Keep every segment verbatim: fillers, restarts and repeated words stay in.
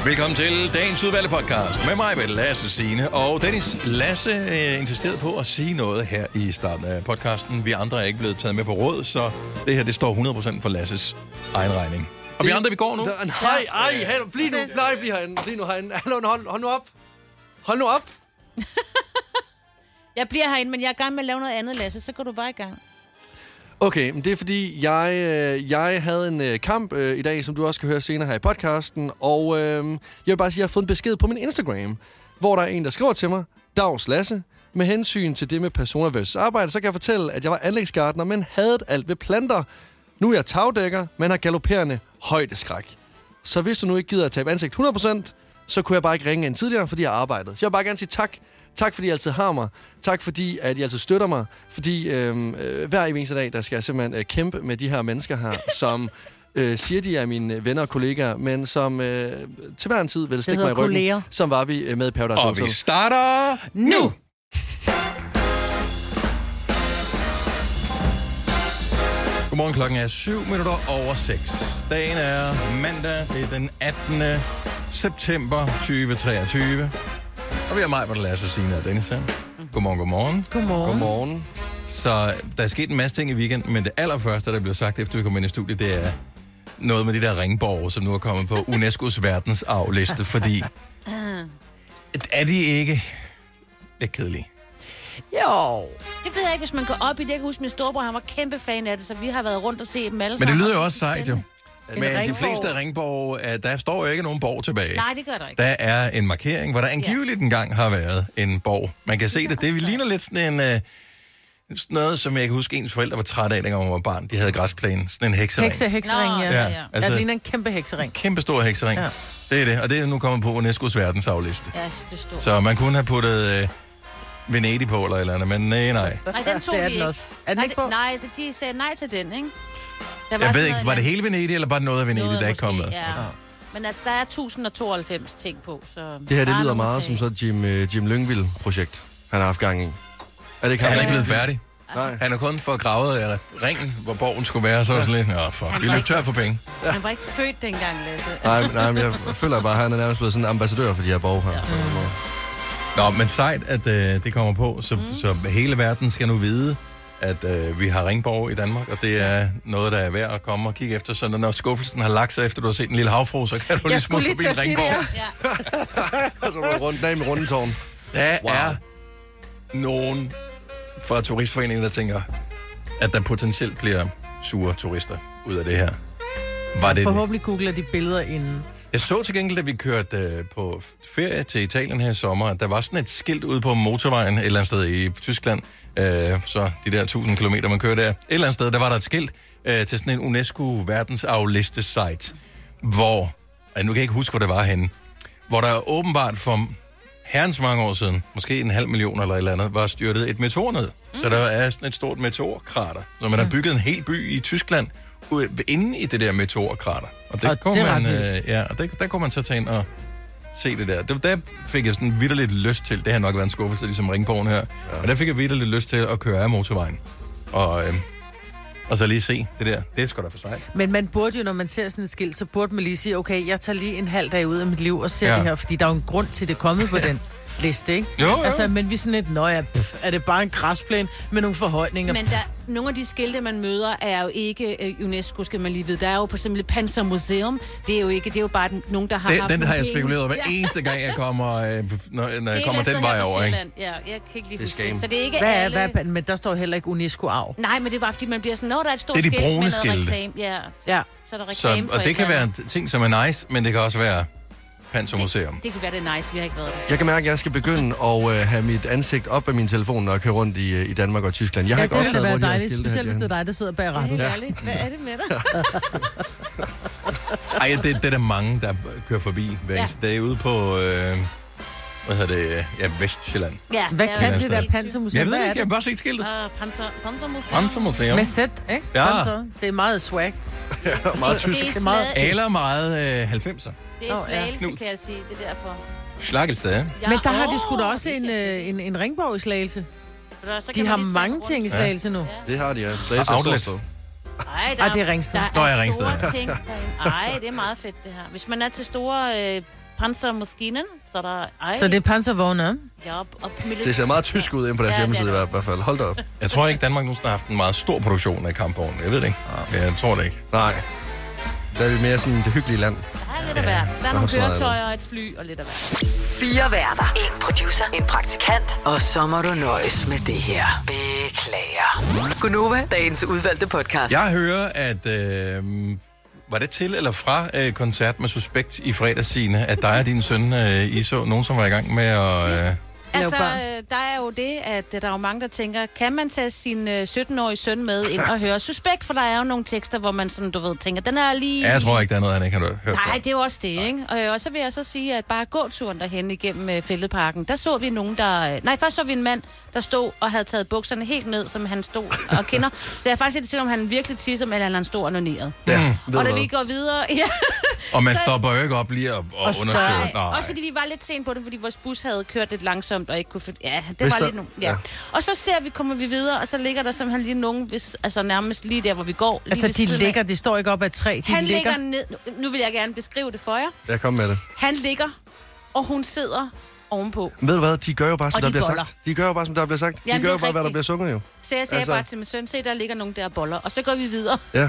Velkommen til dagens udvalgte podcast med mig, Lasse, Signe og Dennis. Lasse er insisteret på at sige noget her i starten af podcasten. Vi andre er ikke blevet taget med på råd, så det her det står hundrede procent for Lasses egen regning. Og det, vi andre, vi går nu. Der, nej, ej, hey, bliv nu, nej, bliv herinde, bliv nu herinde. Hold, hold, hold nu op. Hold nu op. Jeg bliver herinde, men jeg er i gang med at lave noget andet, Lasse. Så går du bare i gang. Okay, men det er fordi, jeg, jeg havde en kamp øh, i dag, som du også kan høre senere her i podcasten. Og øh, jeg vil bare sige, at jeg har fået en besked på min Instagram, hvor der er en, der skriver til mig, Dags Lasse, med hensyn til det med personer versus arbejde, så kan jeg fortælle, at jeg var anlægsgartner, men havde alt ved planter. Nu er jeg tagdækker, men har galopperende højdeskræk. Så hvis du nu ikke gider at tabe ansigt hundrede procent, så kunne jeg bare ikke ringe ind tidligere, fordi jeg arbejdede. Så jeg vil bare gerne sige tak. Tak, fordi I altid har mig. Tak, fordi at I altid støtter mig. Fordi øh, øh, hver eneste dag, der skal jeg simpelthen øh, kæmpe med de her mennesker her, som øh, siger, de er mine venner og kollegaer, men som øh, til hver en tid vil stikke mig i ryggen. Kolleger. Som var vi øh, med i Paradise Og Hotel. vi starter nu! Godmorgen, klokken er syv minutter over seks. Dagen er mandag, det er den attende september tyve treogtyve. Og vi har mig, hvor der Lasse, Signe og Dennis her. Godmorgen, godmorgen. Godmorgen. Godmorgen. Så der er sket en masse ting i weekenden, men det allerførste, der blev sagt, efter vi kom ind i studiet, det er noget med de der ringborge, som nu er kommet på UNESCO's verdensarvliste, fordi er de ikke lidt kedelige? Jo. Det ved jeg ikke, hvis man går op i det. Jeg kan huske, min storebror, han var kæmpe fan af det, så vi har været rundt og set dem alle Men det sammen. lyder jo også sejt, jo. En Men ringborg. de fleste af ringborge, der står jo ikke nogen borg tilbage. Nej, det gør der ikke. Der er en markering, hvor der angiveligt ja. engang har været en borg. Man kan se det. Det ligner lidt sådan en... Uh, sådan noget, som jeg kan huske, ens forældre var trætte af, dengang hun var barn. De havde græsplæne. Sådan en heksering. Hekse, heksering, ja. Nå, ja, ja, ja. Altså, det ligner en kæmpe heksering. Kæmpe stor heksering. Ja. Det er det. Og det er nu kommet på UNESCO's verdensarvliste. Ja, det står. Så man kunne have puttet uh, Venedig på eller eller andet, men nej, nej. Nej, den tog det er vi den ikke. også. Er den nej, ikke på? Nej, de sagde nej til den, ikke? Der var Jeg ved sådan ikke, noget, var det hele Venedig, eller bare noget af Venedig, noget der ikke kom med? måske, Ja. Men altså, der er et tusind og tooghalvfems ting på, så... Det her, det bare lyder nogle meget ting. som så Jim, uh, Jim Lyngvild-projekt, han har haft gang i. Er det ikke Han er ham? ikke blevet færdig. Nej. Han er kun for gravet af ringen, hvor borgen skulle være, så var sådan lidt, ja, fuck, vi løb tør for penge. Han var ikke født dengang, Lasse. Nej, nej, men jeg føler bare, at han er nærmest blevet sådan en ambassadør for de her borg her. Ja. Nå, men sejt, at øh, det kommer på, så, mm. så hele verden skal nu vide, at øh, vi har ringborg i Danmark, og det er noget, der er værd at komme og kigge efter. Så når skuffelsen har lagt sig, efter du har set en lille havfru, så kan du lige smutte forbi en ringborg. Ja. Og så var rundt af med rundetårn. Der Wow. er nogen fra turistforeningen, der tænker, at der potentielt bliver sure turister ud af det her. Var det det? Forhåbentlig googler de billeder inden. Jeg så til gengæld, da vi kørte øh, på ferie til Italien her i sommer, at der var sådan et skilt ude på motorvejen et eller andet sted i Tyskland. Øh, så de der tusind kilometer, man kører der. Et eller andet sted, der var der et skilt øh, til sådan en UNESCO verdensarvliste site, hvor, altså nu kan jeg ikke huske, hvor det var henne, hvor der åbenbart for herrens mange år siden, måske en halv million eller et eller andet, var styrtet et meteor ned. Mm. Så der er sådan et stort meteorkrater, så man har bygget en hel by i Tyskland inde i det der meteorkrater. Og det, Og kunne det er man, ret øh, ja, og det, der kunne man så tage ind og se det der. Det, der fik jeg sådan vitterligt lyst til, det har nok været en skuffelse, ligesom ringborgen her, ja. Og der fik jeg vitterligt lyst til at køre af motorvejen. Og, øh, og så lige se det der. Det er sgu da for sejt. Men man burde jo, når man ser sådan et skilt, så burde man lige sige, okay, jeg tager lige en halv dag ud af mit liv og ser Ja. det her, fordi der er jo en grund til, det er kommet på den liste, ikke? Jo, jo. Altså, men vi er sådan lidt, nå ja, pff, er det bare en græsplæne med nogle forhøjninger? Men der, nogle af de skilte, man møder, er jo ikke uh, UNESCO, skal man lige vide. Der er jo på eksempel Panzermuseum. Det er jo ikke, det er jo bare den, nogen, der har Den, haft den har jeg penge. spekuleret over hver Ja. eneste gang, jeg kommer, øh, når, når jeg Det kommer er den vej over, ikke? Ja, jeg kan ikke lige Det er huske det. skam. Så det er ikke hvad, er, alle... hvad, men der står heller ikke UNESCO-arv. Nej, men det var, fordi man bliver sådan, når der er et stort Det er de skilt brune med noget skilte. reklame. Ja, Ja. så er der Så, reklame for og det et kan eller være andet. en ting, som er nice, men det kan også være Panzermuseum. Det kan være, det er nice, vi har ikke været der. Jeg kan mærke, at jeg skal begynde at øh, have mit ansigt op af min telefon, når jeg kører rundt i, øh, i Danmark og Tyskland. Jeg har Ja, ikke det ville opdaget, hvor være de her dejligt, skilte specielt hvis her. det er dig, der sidder bag Det er rattet. helt Ja. ærligt. Hvad er det med dig? Ej, det, det er der mange, der kører forbi hver Ja. eneste dag ude på, øh, hvad hedder det, ja, Vestjylland. Ja, Hvad det er kan jo det der helt sygt. Panzermuseum? Jeg ved Hvad ikke, er jeg det? har bare set skiltet. Ah, Panzer, Panzermuseum. Panzermuseum. Med sæt, ikke? Ja. Panzer. Det er meget swag. Meget Det tysk. er, Det er meget- slag- Eller meget øh, halvfemser. det er Åh, ja. slagelse, Knus. kan jeg sige. Det er derfor. Slaggelse. Ja, Men der har de åh, sgu da også det en, ser øh, en, en ringborg i Slagelse. fedt. Så kan De man har lige tage mange rundt. ting i Slagelse nu. Det har de, ja. Slagelse Og er outlet. stort. Ej, der, Ej, det er Ringsted. Der Nå, er ja, Ringsted, store ja. ting derinde. Ej, det er meget fedt, det her. Hvis man er til store øh, pansermaskinen, så der... Ej, Så det er panservogne? ja, og, og militær- Det ser meget tysk ud inde på deres Ja, det er hjemmeside i det hvert fald. Hold da op. Jeg tror ikke, Danmark nogensinde har haft en meget stor produktion af kampvogne. Jeg ved det ikke. Jeg tror det ikke. Nej. Der er vi mere sådan det hyggelige land. Der er lidt af hvert. Der er nogle sådan noget køretøjer, et fly og lidt af hvert. Fire værter. En producer. En praktikant. Og så må du nøjes med det her. Beklager. Gunova, dagens udvalgte podcast. Jeg hører, at... Øh, var det til eller fra øh, koncert med Suspekt i fredags, Signe, at dig og din søn, øh, I så nogen, som var i gang med at... Øh, Altså, børn. øh, der er jo det, at øh, der er jo mange, der tænker, kan man tage sin øh, sytten-årige søn med ind og høre Suspekt? For der er jo nogle tekster, hvor man sådan, du ved, tænker, den er lige... ja, jeg tror ikke, der er noget, han ikke har hørt. Nej, det er jo også det, ikke? Og, øh, og så vil jeg så sige, at bare gåturen derhen igennem øh, Fælledparken, der så vi nogen, der... Øh, nej, først så vi en mand, der stod og havde taget bukserne helt ned, som han stod og kender. Så jeg er faktisk lidt til, om han virkelig tisser, eller han stod onaneret. Ja, ved Og du da hvad? vi går videre... Ja, Og man så- stopper jo ikke op lige og, og Og undersøger. Nej, Nej. også fordi vi var lidt sent på det, fordi vores bus havde kørt lidt langsomt og ikke kunne... Få- ja, det Hvis var der- lidt nu. Ja. ja. Og så ser vi, kommer vi videre, og så ligger der simpelthen lige nogen, hvis, altså nærmest lige der, hvor vi går. Lige Altså, ved de siden af. ligger, de står ikke op ad et træ, de Han ligger... ligger ned... Nu, nu vil jeg gerne beskrive det for jer. Jeg kom med det. Han ligger, og hun sidder ovenpå. Men ved du hvad? De gør jo bare, som Og der de bliver boller. sagt. De gør jo bare, som der bliver sagt. De Jamen, gør det jo er bare, hvad der rigtigt. bliver sunget jo. Så jeg sagde Altså- altså... bare til min søn, se, der ligger nogen der boller. Og så går vi videre. Ja.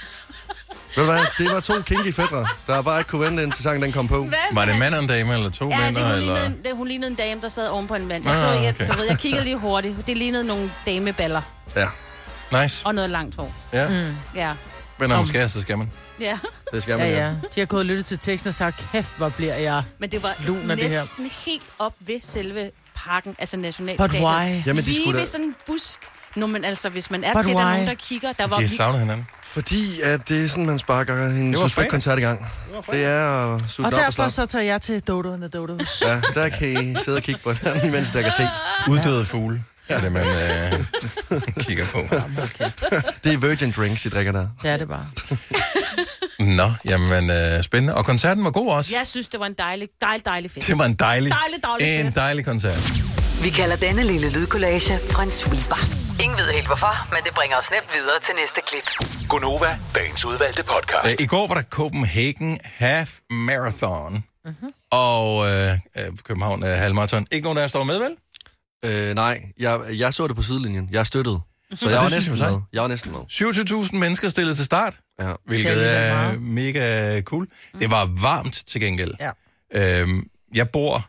Ved du hvad? Det var to kinky fædre, der bare ikke kunne vente, indtil sangen den kom på. Hvad Var det mand? mand og en dame, eller to Ja, det, mænd? hun, Eller? lignede en, det, hun lignede en dame, der sad oven på en mand. Jeg, Ah, så, jeg, okay. du ved, jeg kiggede lige hurtigt. Det lignede nogle dameballer Ja, Nice. og noget langt hår. Ja. Mm. Ja. Men når man skal, så skal man. Ja. det skal Ja, man ja. De har gået og lyttet til teksten og sagt, kæft, hvor bliver jeg... Men det var Lun af det her. næsten helt op ved selve parken, altså But nationalstadion. why? Jamen, de Lige skulle ved da... sådan en busk. Nå, men altså, hvis man er But til, der er why? nogen, der kigger, der var De har vi... savnet hinanden. Fordi at det er sådan, man sparker en Det var suspekt-koncert i gang. Det er at suge Og den op og derfor slappe. så tager jeg til Dodo and the Dodos. Ja, der kan I sidde og kigge på den, imens der kan te. Uddøde fugle. Ja. Er det, man øh, kigger på. Det er virgin drinks, I drikker der. Det er det bare. Nå, jamen øh, spændende. Og koncerten var god også. Jeg synes, det var en dejlig, dejlig, dejlig fest. Det var en dejlig, Dejlig, dejlig en fest. dejlig koncert. Vi kalder denne lille lydkollage Frans sweeper. Ingen ved helt hvorfor, men det bringer os nemt videre til næste klip. Gunova, dagens udvalgte podcast. Øh, I går var der Copenhagen Half Marathon. Mm-hmm. Og øh, øh, København øh, Halvmarathon. Ikke nogen af jer står med, vel? Øh, nej, jeg, jeg så det på sidelinjen. Jeg støttede. Så Ja, jeg var det synes næsten jeg var med. Jeg var næsten med. syvogtyve tusind mennesker stillede til start, Ja. hvilket Det er er meget. mega cool. Det var varmt til gengæld. Ja. Øhm, jeg bor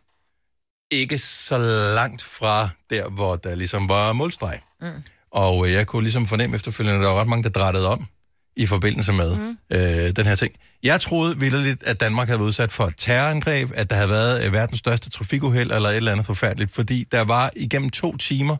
ikke så langt fra der, hvor der ligesom var målstreg. Mm. Og øh, jeg kunne ligesom fornemme efterfølgende, at der var ret mange, der drættede om i forbindelse med mm. øh, den her ting. Jeg troede vitterligt, at Danmark havde været udsat for et terrorangreb, at der havde været øh, verdens største trafikuheld eller et eller andet forfærdeligt, fordi der var igennem to timer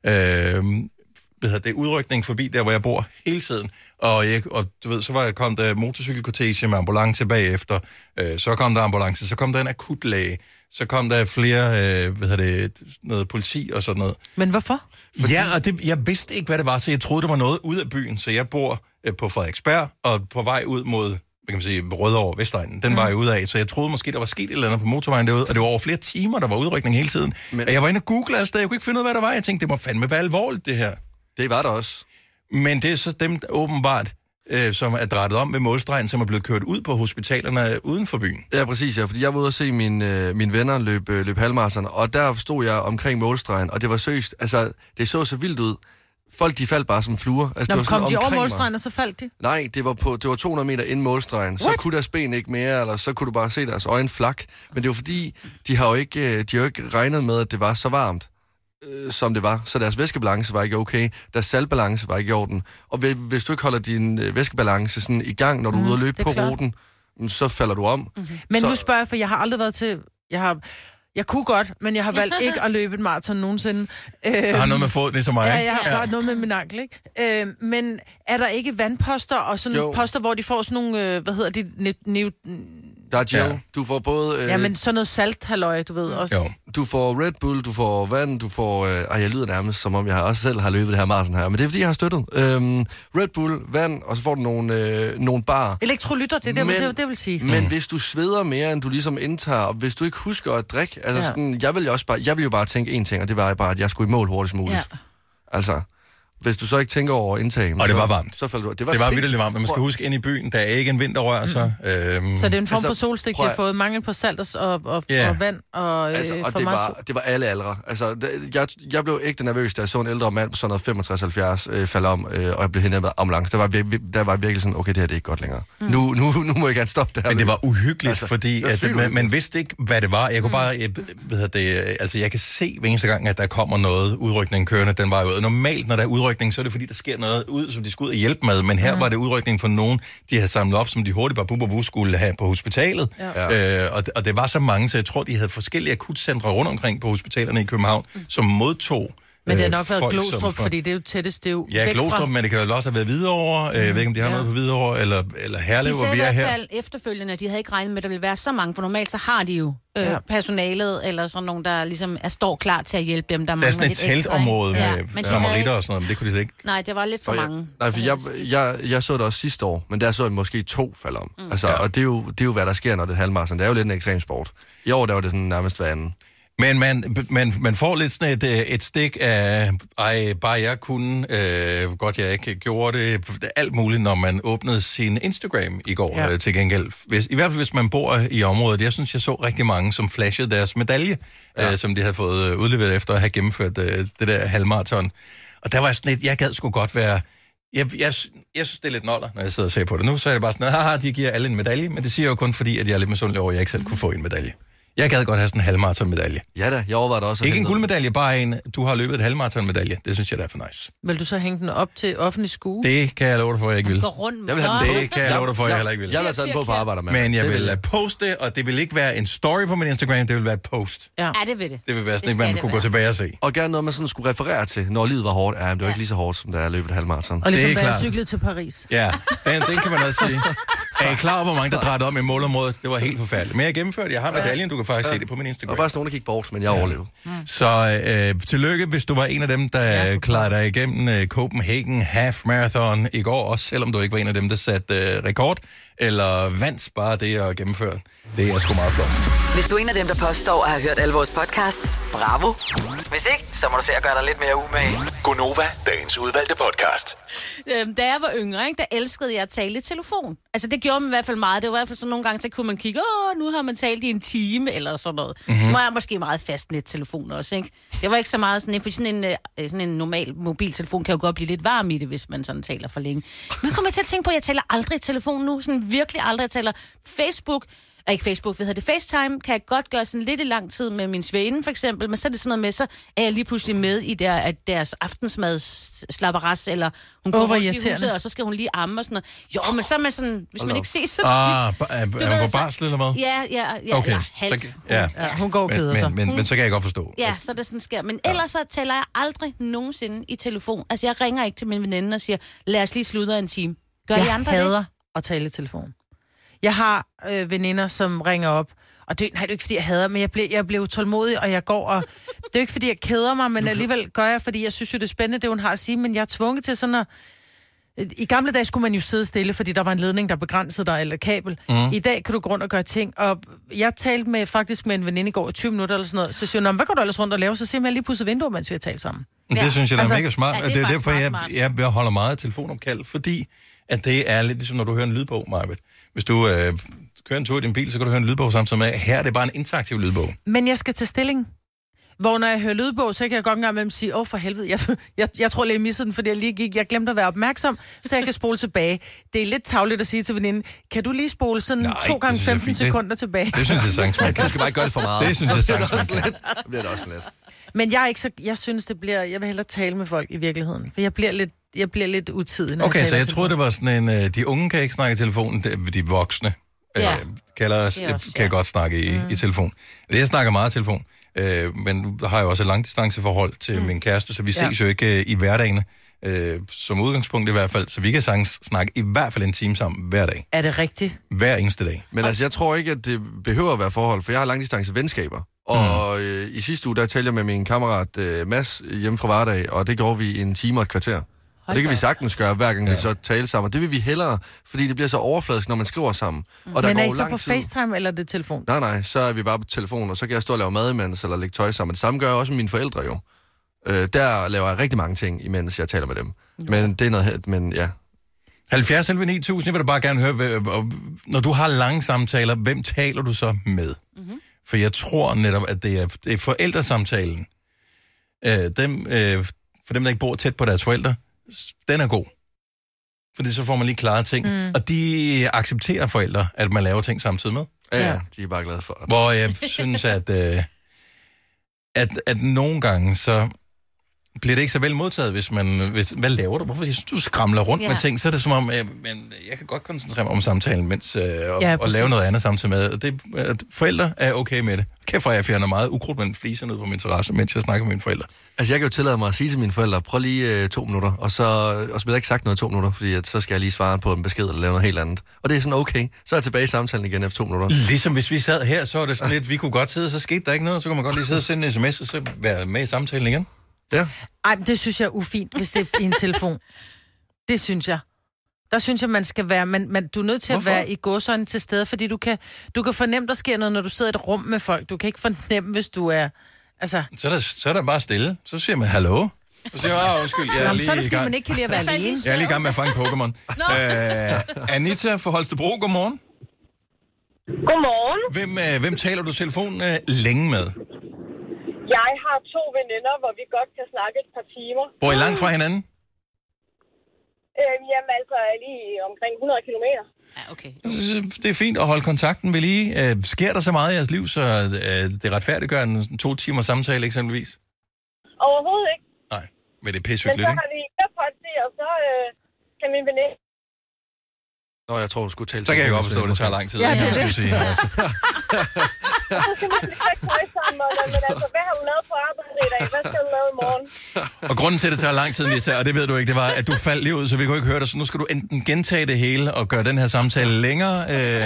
øh, hvad hedder det, udrykning forbi der, hvor jeg bor hele tiden. Og, jeg, og du ved, så var jeg kom der motorcykelkortege med ambulance bagefter. Øh, så kom der ambulance, så kom der en akutlæge. Så kom der flere, øh, hvad hedder det, noget politi og sådan noget. Men hvorfor? Fordi... Ja, og det, jeg vidste ikke, hvad det var, så jeg troede, det var noget ud af byen. Så jeg bor øh, på Frederiksberg og på vej ud mod, hvad kan man sige, Rødovre, Vestegnen. Den mm. var jeg ud af, så jeg troede måske, der var sket et eller andet på motorvejen derude. Og det var over flere timer, der var udrykning hele tiden. Men... Og jeg var inde og google alle steder, jeg kunne ikke finde ud af, hvad der var. Jeg tænkte, det må fandme være alvorligt, det her. Det var der også. Men det er så dem, der åbenbart, øh, som er drættet om ved målstregen, som er blevet kørt ud på hospitalerne uden for byen. Ja, præcis, ja. Fordi jeg var ude og se mine, øh, mine venner løbe, øh, løbe halvmarathon, og der stod jeg omkring målstregen, og det var seriøst. Altså, det så så vildt ud. Folk, de faldt bare som fluer. Altså, Nå, det var kom de over omkring mig. målstregen, og så faldt de? Nej, det var, på, det var to hundrede meter inden målstregen. Så What? kunne deres ben ikke mere, eller så kunne du bare se deres øjne flak. Men det var fordi, de har jo ikke, øh, de har jo ikke regnet med, at det var så varmt, øh, som det var. Så deres væskebalance var ikke okay. Deres saltbalance var ikke i orden. Og hvis du ikke holder din øh, væskebalance sådan i gang, når du er ude og løbe det er på klart. ruten, så falder du om. Mm-hmm. Men så... nu spørger jeg, for jeg har aldrig været til... Jeg har... Jeg kunne godt, men jeg har valgt ikke at løbe et maraton nogensinde. Jeg har noget med foden, ligesom mig, Ja, ikke? jeg har ja. noget med min ankel, ikke? Øh, men er der ikke vandposter og sådan Jo. poster, hvor de får sådan nogle, øh, hvad hedder de, ne- ne- Der er gel. Ja. Ja. Du får både... Øh, ja, men sådan noget salthalløj, du ved også. Jo. Du får Red Bull, du får vand, du får... Øh, ej, jeg lyder nærmest, som om jeg også selv har løbet det her maraton her. Men det er, fordi jeg har støttet. Øhm, Red Bull, vand, og så får du nogle, øh, nogle bar. Elektrolytter, det er det, Men- det, det vil sige. Men mm. hvis du sveder mere, end du ligesom indtager, og hvis du ikke husker at drikke... Altså Ja. sådan, jeg vil jo også bare, jeg vil jo bare tænke én ting, og det var bare, at jeg skulle i mål hurtigst muligt. Ja. Altså, hvis du så ikke tænker over indtagen... Og det så, var varmt. Så faldt du. Det var, det var virkelig varmt, men man skal huske, ind i byen, der er ikke en vind, der rører sig. Mm. Øhm, så det er en form altså, for solstik, de har fået mangel på salt og, og, yeah. og vand og, øh, altså, og for det meget var, det var alle aldre. Altså, det, jeg, jeg blev ægte nervøs, da jeg så en ældre mand på sådan noget femogtres halvfjerds øh, falde om, øh, og jeg blev hentet med ambulance. Der var, vir- der var virkelig sådan, okay, det her det er ikke godt længere. Mm. Nu, nu, nu må jeg gerne stoppe det her. Men det var uhyggeligt, altså, fordi at, man, man vidste ikke, hvad det var. Jeg kunne bare, jeg, ved det, altså jeg kan se hver eneste gang, at der kommer noget udrykning kørende den vej ud. Normalt, når der er udrykning, så er det fordi, der sker noget ud, som de skulle ud og hjælpe med. Men her mm. var det udrykning for nogen, de havde samlet op, som de hurtigt bare bubu skulle have på hospitalet. Ja. Øh, og, og det var så mange, så jeg tror, de havde forskellige akutcentre rundt omkring på hospitalerne i København, mm. som modtog. Men det har nok været Glostrup, fordi det er jo tættest, det er jo ja, Glostrup, men det kan jo også have været Hvidovre. Mm. Jeg ved ikke, om de har ja. noget på Hvidovre, eller, eller Herlev, hvor vi er her. De sagde i hvert fald efterfølgende, at de havde ikke regnet med, at der ville være så mange, for normalt så har de jo øh, ja. personalet, eller sådan nogen, der ligesom er, står klar til at hjælpe dem, der mangler lidt ekstra. Der er sådan et teltområde ja. med samaritter og sådan noget, men det kunne de ikke. Nej, det var lidt for jeg, mange. Nej, for jeg, jeg, jeg så det også sidste år, men der så jeg måske to falde om. Mm. Altså, ja. Og det er, jo, det er jo, hvad der sker, når det er halvmarathon. Det er jo lidt en ekstrem sport. I år, der var det sådan nærmest hver anden. Men man, man, man får lidt sådan et, et stik af, ej, bare jeg kunne, øh, godt jeg ikke gjorde det, alt muligt, når man åbnede sin Instagram i går ja. øh, til gengæld. Hvis, I hvert fald, hvis man bor i området. Jeg synes, jeg så rigtig mange, som flashede deres medalje, ja. øh, som de havde fået udleveret efter at have gennemført øh, det der halvmarathon. Og der var sådan lidt, jeg gad sgu godt være... Jeg, jeg, jeg synes, det er lidt noller, når jeg sidder og ser på det nu. Så er det bare sådan, haha, de giver alle en medalje, men det siger jo kun fordi, at jeg er lidt misundelig over, at jeg ikke selv kunne få en medalje. Jeg gad godt have sådan en halvmarathon-medalje. Ja da, jeg overvejede også. Ikke en guldmedalje, bare en, du har løbet et halvmarathon-medalje. Det synes jeg, der er for nice. Vil du så hænge den op til offentlig skue? Det kan jeg love dig for, jeg ikke vil. Gå rundt jeg vil have det kan jeg love dig for, jeg heller ikke vil. Jeg vil have sat den på på arbejder med. Men jeg vil poste, og det vil ikke være en story på min Instagram, det vil være et post. Ja, ja det vil det. Det vil være sådan, at man kunne gå tilbage og se. Og gerne noget, man sådan skulle referere til, når livet var hårdt. Ja, men det var ja. ikke lige så hårdt, som da jeg løbet et halvmarathon. Og ligesom da jeg cyklede til Paris. Ja, den, den kan man også sige. Er I klar over, hvor mange der drejede om i målområdet? Det var helt forfærdeligt. Men jeg gennemførte, jeg har medaljen, du kan faktisk se det på min Instagram. Og faktisk nogen, der gik bort, men jeg overlevede. Mm. Så øh, tillykke, hvis du var en af dem, der ja, klarede dig igennem øh, Copenhagen Half Marathon i går, også selvom du ikke var en af dem, der satte øh, rekord, eller vandt bare det at gennemføre. Det er sgu meget flot. Hvis du er en af dem, der påstår at have hørt alle vores podcasts, bravo. Hvis ikke, så må du se at gøre dig lidt mere umage. Gonova, dagens udvalgte podcast. Øhm, da jeg var yngre, ikke, der elskede jeg at tale i telefon. Altså, det gjorde man i hvert fald meget. Det var i hvert fald så nogle gange, så kunne man kigge, åh, nu har man talt i en time, eller sådan noget. Mm-hmm. Nu er jeg måske meget fast nettelefon også, ikke? Det var ikke så meget sådan, for sådan en, øh, sådan en normal mobiltelefon kan jo godt blive lidt varm i det, hvis man sådan taler for længe. Men jeg kommer til at tænke på, at jeg taler aldrig i telefon nu. Sådan virkelig aldrig. Jeg taler Facebook. Ikke Facebook, hvad hedder det? FaceTime kan jeg godt gøre sådan lidt i lang tid med min svæne, for eksempel, men så er det sådan noget med, så er jeg lige pludselig med i der, at deres aftensmadsslapperas, eller hun går rundt i huset, og så skal hun lige amme og sådan noget. Jo, men så er man sådan, hvis man ikke ses så tit. Ah, er, er hun på barsel eller hvad? Ja, ja, ja, okay. eller halvt. Så, ja. Ja, hun går og keder sig. Men, men, men, men så kan jeg godt forstå. Ja, så er det sådan sker. Men ja. ellers så taler jeg aldrig nogensinde i telefon. Altså, jeg ringer ikke til min veninde og siger, lad os lige sludre en time. Gør jeg I andre hader det? at tale i telefon. Jeg har øh, veninder, som ringer op, og det, nej, det er ikke, fordi jeg hader, men jeg blev, jeg blev tålmodig, og jeg går og... Det er ikke, fordi jeg keder mig, men alligevel gør jeg, fordi jeg synes jo, det er spændende, det hun har at sige, men jeg er tvunget til sådan at... I gamle dage skulle man jo sidde stille, fordi der var en ledning, der begrænsede dig, eller et kabel. Mm. I dag kan du gå rundt og gøre ting, og jeg talte med, faktisk med en veninde i går i tyve minutter eller sådan noget, så siger hun, hvad går du ellers rundt og lave? Så siger jeg, lige pudset vinduer, mens vi har talt sammen. Det ja. synes jeg, der er altså, mega smart, ja, og det er, det er derfor, jeg, smart. jeg, jeg holder meget af telefonopkald, fordi at det er lidt ligesom, når du hører en lydbog, Marvitt. Hvis du øh, kører en tur i din bil, så kan du høre en lydbog samtidig med. Her er det bare en interaktiv lydbog. Men jeg skal til stilling. Hvor når jeg hører lydbog, så kan jeg godt engang med dem sige, åh oh, for helvede, jeg, jeg, jeg tror lige, jeg missede den, fordi jeg lige gik, jeg glemte at være opmærksom, så jeg kan spole tilbage. Det er lidt tarveligt at sige til veninden, kan du lige spole sådan Nej, to gange femten sekunder tilbage? Det, det synes jeg sagtens, man kan. Du skal bare ikke gøre det for meget. Det synes jeg sagtens, man kan. Det bliver det også lidt. Men jeg er ikke så, jeg synes, det bliver, jeg vil hellere tale med folk i virkeligheden, for jeg bliver lidt, jeg bliver lidt utidig, når okay, jeg så jeg troede, det var sådan en, de unge kan ikke snakke i telefonen, de voksne ja. øh, kalder os, også, kan ja. godt snakke i, mm. i telefon. Jeg snakker meget i telefon. Øh, men nu har jeg også et langdistanceforhold til mm. min kæreste, så vi ja. ses jo ikke øh, i hverdagen, øh, som udgangspunkt i hvert fald, så vi kan sagtens snakke i hvert fald en time sammen hver dag. Er det rigtigt? Hver eneste dag. Men altså, jeg tror ikke, at det behøver at være forhold, for jeg har langdistance venskaber. Og mm. øh, i sidste uge, der talte jeg med min kammerat øh, Mads hjemme fra Vardag, og det gjorde vi i en time og et kvarter. Og det kan vi sagtens gøre, hver gang ja. vi så taler sammen. Det vil vi hellere, fordi det bliver så overfladisk, når man skriver sammen. Mm. Og der Men går er I så på tid. FaceTime, eller er det telefon? Nej, nej, så er vi bare på telefon, og så kan jeg stå og lave mad imens, eller lægge tøj sammen. Det samme gør jeg også med mine forældre jo. Øh, der laver jeg rigtig mange ting, imens jeg taler med dem. Men det er noget... Men ja... halvfjerds elleve ni tusind, jeg vil da bare gerne høre, når du har lange samtaler, hvem taler du så med? Mm-hmm. For jeg tror netop, at det er, det er forældresamtalen. Øh, dem, øh, for dem, der ikke bor tæt på deres forældre, den er god. Fordi så får man lige klare ting. Mm. Og de accepterer forældre, at man laver ting samtidig med. Ja, ja. De er bare glade for det. Hvor jeg synes, at, øh, at, at nogle gange, så bliver det ikke så vel modtaget, hvis man... Hvis, hvad laver du? Hvorfor jeg synes, du skramler rundt ja. med ting? Så er det som om, øh, men jeg kan godt koncentrere mig om samtalen, mens, øh, og, ja, og lave noget andet samtidig med. Det, øh, forældre er okay med det. Kæft, for jeg fjerner meget ukrudt med en fliser ned på min terrasse, mens jeg snakker med mine forældre. Altså, jeg kan jo tillade mig at sige til mine forældre, prøv lige øh, to minutter, og så, og så bliver jeg ikke sagt noget i to minutter, fordi at, så skal jeg lige svare på en besked eller lave noget helt andet. Og det er sådan okay. Så er jeg tilbage i samtalen igen efter to minutter. Ligesom hvis vi sad her, så var det sådan lidt, vi kunne godt sidde, så skete der ikke noget, så kunne man godt lige sidde og sende en sms, og så være med i samtalen igen. Ja. Ej, men det synes jeg er ufint, hvis det er i en telefon. Det synes jeg. Der synes jeg, man skal være... Men, men du er nødt til Hvorfor? at være i gåsøjne til stede, fordi du kan, du kan fornemme, der sker noget, når du sidder i et rum med folk. Du kan ikke fornemme, hvis du er... Altså... Så er der, så er der bare stille. Så siger man, hallo? Så siger man, ah, undskyld, jeg er lige så er det, i gang. man ikke kan lide at være alene. Jeg er lige i gang med at fange Pokémon. uh, Anita fra Holstebro, godmorgen. Godmorgen. Hvem, uh, hvem taler du telefonen uh, længe med? Jeg har to veninder, hvor vi godt kan snakke et par timer. Bor I langt fra hinanden? Øhm, jamen altså lige omkring hundrede kilometer. Ja, okay. Det er fint at holde kontakten ved lige. Uh, sker der så meget i jeres liv, så uh, det retfærdiggør en to timers samtale eksempelvis? Overhovedet ikke. Nej, men det er pissehyggeligt, ikke? Men så har vi AirPods i, og så øh, kan min veninde... Nå, jeg tror, hun skulle tale... Så kan jeg godt forstå, at det tager lang tid. Ja, det er det. Sige, altså. Så skal man ikke tøj sammen, og men altså, hvad har du lavet på arbejde i dag? Hvad skal du lave i morgen? Og grunden til, at det tager lang tid, Nita, og det ved du ikke, det var, at du faldt lige ud, så vi kunne ikke høre dig. Så nu skal du enten gentage det hele og gøre den her samtale længere, øh...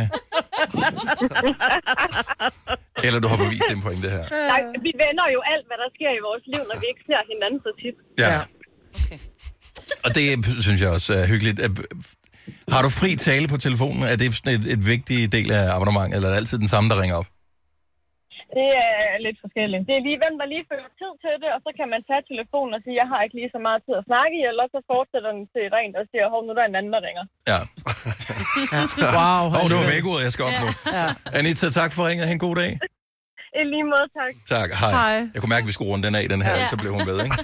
eller du har bevist den pointe her. Nej, vi vender jo alt, hvad der sker i vores liv, når vi ikke ser hinanden så tit. Ja. Ja. Okay. Og det synes jeg også er hyggeligt. Har du fri tale på telefonen? Er det sådan et, et vigtig del af abonnementet, eller er det altid den samme, der ringer op? Det er lidt forskelligt. Det er lige, hvem der lige føler tid til det, og så kan man tage telefonen og sige, jeg har ikke lige så meget tid at snakke i, eller så fortsætter den til rent og siger, hov, nu er der en anden, der ringer. Ja. Wow. Åh, oh, det var vækord, jeg skal op nu. Ja. Anita, tak for ringet. Ha' en god dag. I lige måde, tak. Tak, hej. Hej. Jeg kunne mærke, at vi skulle runde den af i den her, ja. Så blev hun ved, ikke?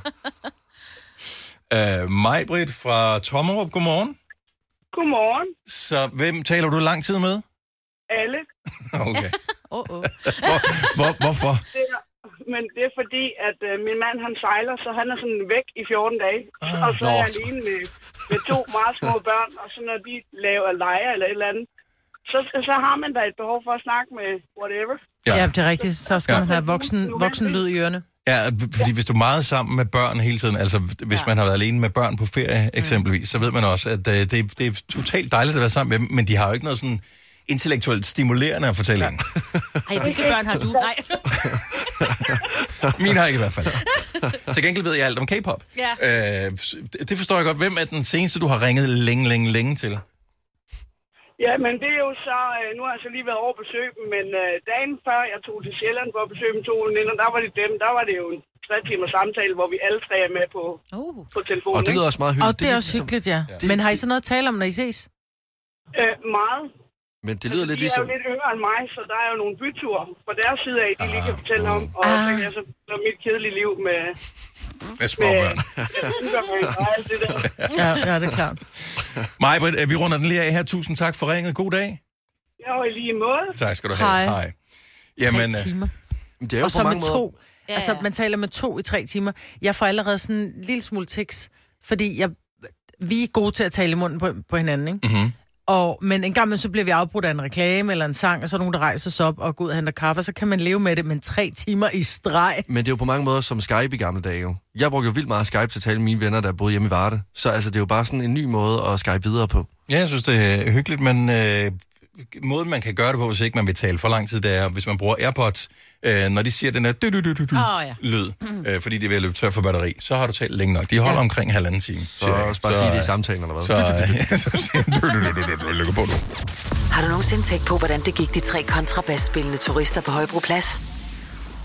uh, Maj-Britt fra Tommerup, godmorgen. Godmorgen. Så hvem taler du lang tid med? Alle. Okay. Oh, oh. Hvor, hvor, hvorfor? Det er, men det er fordi, at øh, min mand han sejler, så han er sådan væk i fjorten dage. Ah, og så er jeg alene med, med to meget små børn, og så når de laver lejer eller et eller andet, så, så har man da et behov for at snakke med whatever. Ja, ja det er rigtigt. Så skal ja. man have voksen, voksen lyd i ørerne. Ja, fordi hvis du er meget sammen med børn hele tiden, altså hvis ja. man har været alene med børn på ferie eksempelvis, mm. så ved man også, at uh, det, det er totalt dejligt at være sammen med dem, men de har jo ikke noget sådan intellektuelt stimulerende at fortælle en. Ej, hvilke børn har du? Nej. Min har ikke i hvert fald. Til gengæld ved jeg alt om K-pop. Ja. Øh, det forstår jeg godt. Hvem er den seneste, du har ringet længe, længe, længe til? Ja, men det er jo så... Øh, nu har jeg så lige været over at besøge dem, men øh, dagen før jeg tog til Sjælland for at besøge dem to veninder, der var det dem. Der var det jo en tre timers samtale, hvor vi alle tre er med på, uh. på telefonen. Og det lyder også meget hyggeligt. Og det er også hyggeligt, ja. ja. Men har I så noget at tale om, når I ses? Øh, meget. Men det lyder altså, lidt de ligesom... De er jo lidt yngre end mig, så der er jo nogle byture fra deres side af, de ah, lige kan fortælle om. Og ah. så kan jeg så få mit kedelige liv med... Med småbørn. ja, ja, det er klart. Maj-Britt, vi runder den lige af her. Tusind tak for ringet. God dag. Ja, og i lige måde. Tak skal du have. Hej. Hej. Jamen, tre timer. Det er jo og på så mange med måder... to. Ja, ja. Altså, man taler med to i tre timer. Jeg får allerede sådan en lille smule tics, fordi jeg, vi er gode til at tale i munden på, på hinanden, ikke? Mm-hmm. Og, men en gang så bliver vi afbrudt af en reklame eller en sang, og så er nogen, der rejser sig op og går ud og henter kaffe, så kan man leve med det, men tre timer i streg. Men det er jo på mange måder som Skype i gamle dage jo. Jeg brugte jo vildt meget Skype til at tale med mine venner, der boede hjemme i Varde. Så altså, det er jo bare sådan en ny måde at Skype videre på. Ja, jeg synes, det er hyggeligt, men øh, måden, man kan gøre det på, hvis ikke man vil tale for lang tid, det er, hvis man bruger AirPods, øh, når de siger den her oh, ja. lyd, øh, fordi de er ved at løbe tør for batteri, så har du talt længe nok. De holder ja. omkring halvanden time. Så også bare så, sige det i samtalen, eller hvad? Så, ja, så siger du, lykke på nu. Har du nogensinde tænkt på, hvordan det gik de tre kontrabasspillende turister på Højbroplads?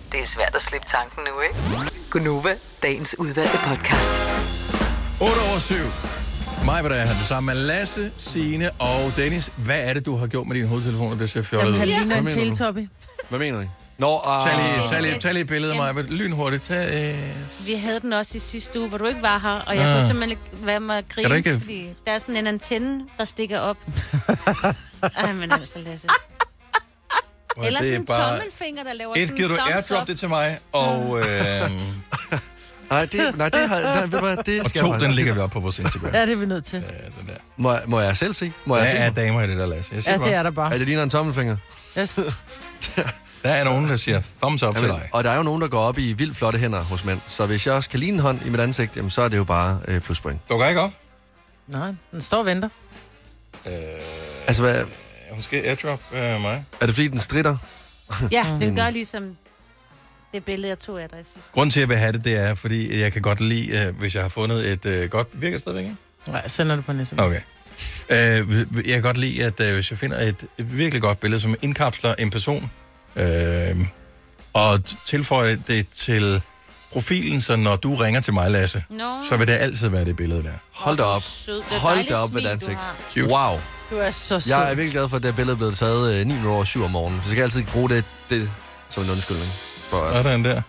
Det er svært at slippe tanken nu, ikke? Gunova, dagens udvalgte podcast. otte over syv. Mig, hvad der er her det sammen med Lasse, Signe og Dennis. Hvad er det, du har gjort med dine hovedtelefoner? Det ser fjollet Jamen, ud. han ligner en Hvad mener du? teletubby. Hvad mener I? Nå, uh... Tag lige, tag lige, tag lige et billede af mig. Lynhurtigt. Tag, øh... Vi havde den også i sidste uge, hvor du ikke var her, og jeg Ah. kunne simpelthen ikke være med at grine, Kan du ikke- fordi der er sådan en antenne, der stikker op. Ej, men altså, Lasse. Eller sådan en tommelfinger, der laver Et, sådan giver du thumbs airdrop up. det til mig, og, øh, Nej, det, nej, det, har, nej, ved du hvad, det og skal to, jeg den ligger vi op på vores Instagram. Ja, det er vi nødt til. Ja, den der. Må, jeg- må jeg selv se? Må Der jeg se? er damer i det der, Lasse. Jeg siger Ja, bare. det er der bare. Er det ligner en tommelfinger? Yes. Der er nogen, der siger thumbs up til Jamen, dig. og der er jo nogen, der går op i vildt flotte hænder hos mænd. Så hvis jeg også kan ligne en hånd i mit ansigt, jamen, så er det jo bare øh, pluspoint. Du går ikke op? Nej, den står og venter. Øh, Altså, hvad, hun skal airdrop øh, mig. er det fordi, den stritter? Ja, den gør ligesom det billede, jeg tog af dig sidst. Grunden til, at jeg vil have det, det er, fordi jeg kan godt lide, øh, hvis jeg har fundet et øh, godt... Virker det stadigvæk, ikke? Nej, jeg sender det på en sms. Okay. Øh, jeg kan godt lide, at øh, hvis jeg finder et, et virkelig godt billede, som indkapsler en person, øh, og tilføjer det til profilen, så når du ringer til mig, Lasse, Nå. så vil det altid være det billede der. Hold da Hvor er op. du sød. Det er et Hold dejligt da op med smil, et du ansigt. har. Cute. Wow. Du er så sød. Jeg er virkelig glad for, at det her billede er blevet taget øh, ni minutter over syv om morgenen. Så jeg kan altid bruge det, det som en undskyldning. For, Og der er en der.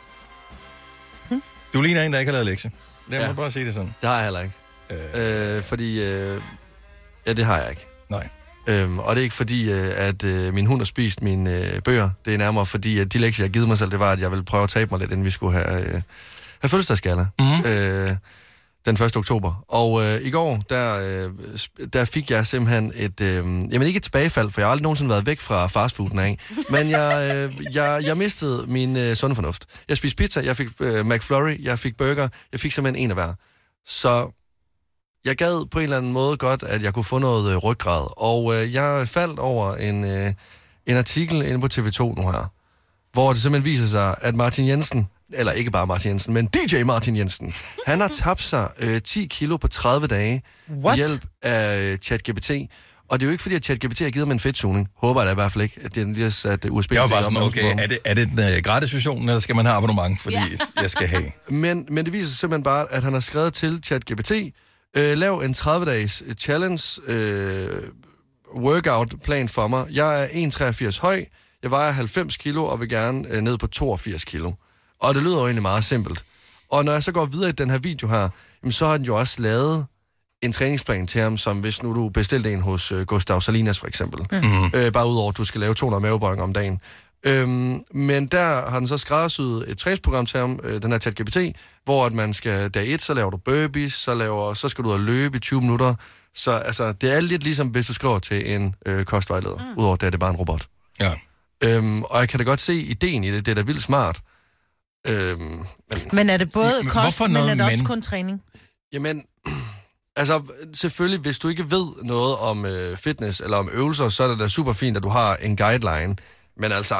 Du ligner en, der ikke har lavet lektie. Lad mig Ja. bare sige det sådan. det har jeg heller ikke. Øh, Øh, fordi, øh, ja, det har jeg ikke. nej. Øhm, og det er ikke fordi, øh, at øh, min hund har spist mine øh, bøger. Det er nærmere fordi, at de lektier, jeg har givet mig selv, det var, at jeg ville prøve at tabe mig lidt, inden vi skulle have, øh, have fødselsdagsgalla. Mhm. Øh, den første oktober. Og øh, i går, der, øh, sp- der fik jeg simpelthen et... Øh, jamen ikke et tilbagefald, for jeg har aldrig nogensinde været væk fra fastfooden af. Men jeg, øh, jeg, jeg mistede min øh, sunde fornuft. Jeg spiste pizza, jeg fik øh, McFlurry, jeg fik burger, jeg fik simpelthen en af hver. Så jeg gad på en eller anden måde godt, at jeg kunne få noget øh, ryggrad. Og øh, jeg faldt over en, øh, en artikel inde på T V to nu her, hvor det simpelthen viser sig, at Martin Jensen, eller ikke bare Martin Jensen, men D J Martin Jensen, han har tabt sig øh, ti kilo på tredive dage What? ved hjælp af øh, ChatGPT. Og det er jo ikke fordi, at ChatGPT har givet mig en fedtsugning. Håber jeg da i hvert fald ikke, at den lige har sat uh, U S B-stik Jeg var bare op sådan, med okay, USB-bomben. er det, er det den uh, gratis version, eller skal man have abonnement, fordi Ja. jeg skal have? Men, men det viser simpelthen bare, at han har skrevet til ChatGPT, øh, lav en tredive-dages challenge øh, workout-plan for mig. Jeg er en komma treogfirs høj, jeg vejer halvfems kilo og vil gerne øh, ned på toogfirs kilo. Og det lyder jo egentlig meget simpelt. Og når jeg så går videre i den her video her, jamen, så har den jo også lavet en træningsplan til ham, som hvis nu du bestilte en hos øh, Gustav Salinas for eksempel. Mm. Øh, bare udover, at du skal lave to hundrede mavebøjninger om dagen. Øhm, men der har den så skræddersyet et træningsprogram til ham, øh, den her ChatGPT, hvor at man skal, dag et, så laver du burpees, så, laver, så skal du ud og løbe i tyve minutter. Så altså, det er lidt ligesom, hvis du skriver til en øh, kostvejleder, mm. udover det er det bare en robot. Ja. Øhm, og jeg kan da godt se ideen i det, det er da vildt smart. Øhm, men, Men er det både Men kost, hvorfor men noget er det også men? kun træning? jamen, altså selvfølgelig, hvis du ikke ved noget om øh, fitness eller om øvelser, så er det da super fint, at du har en guideline. Men altså...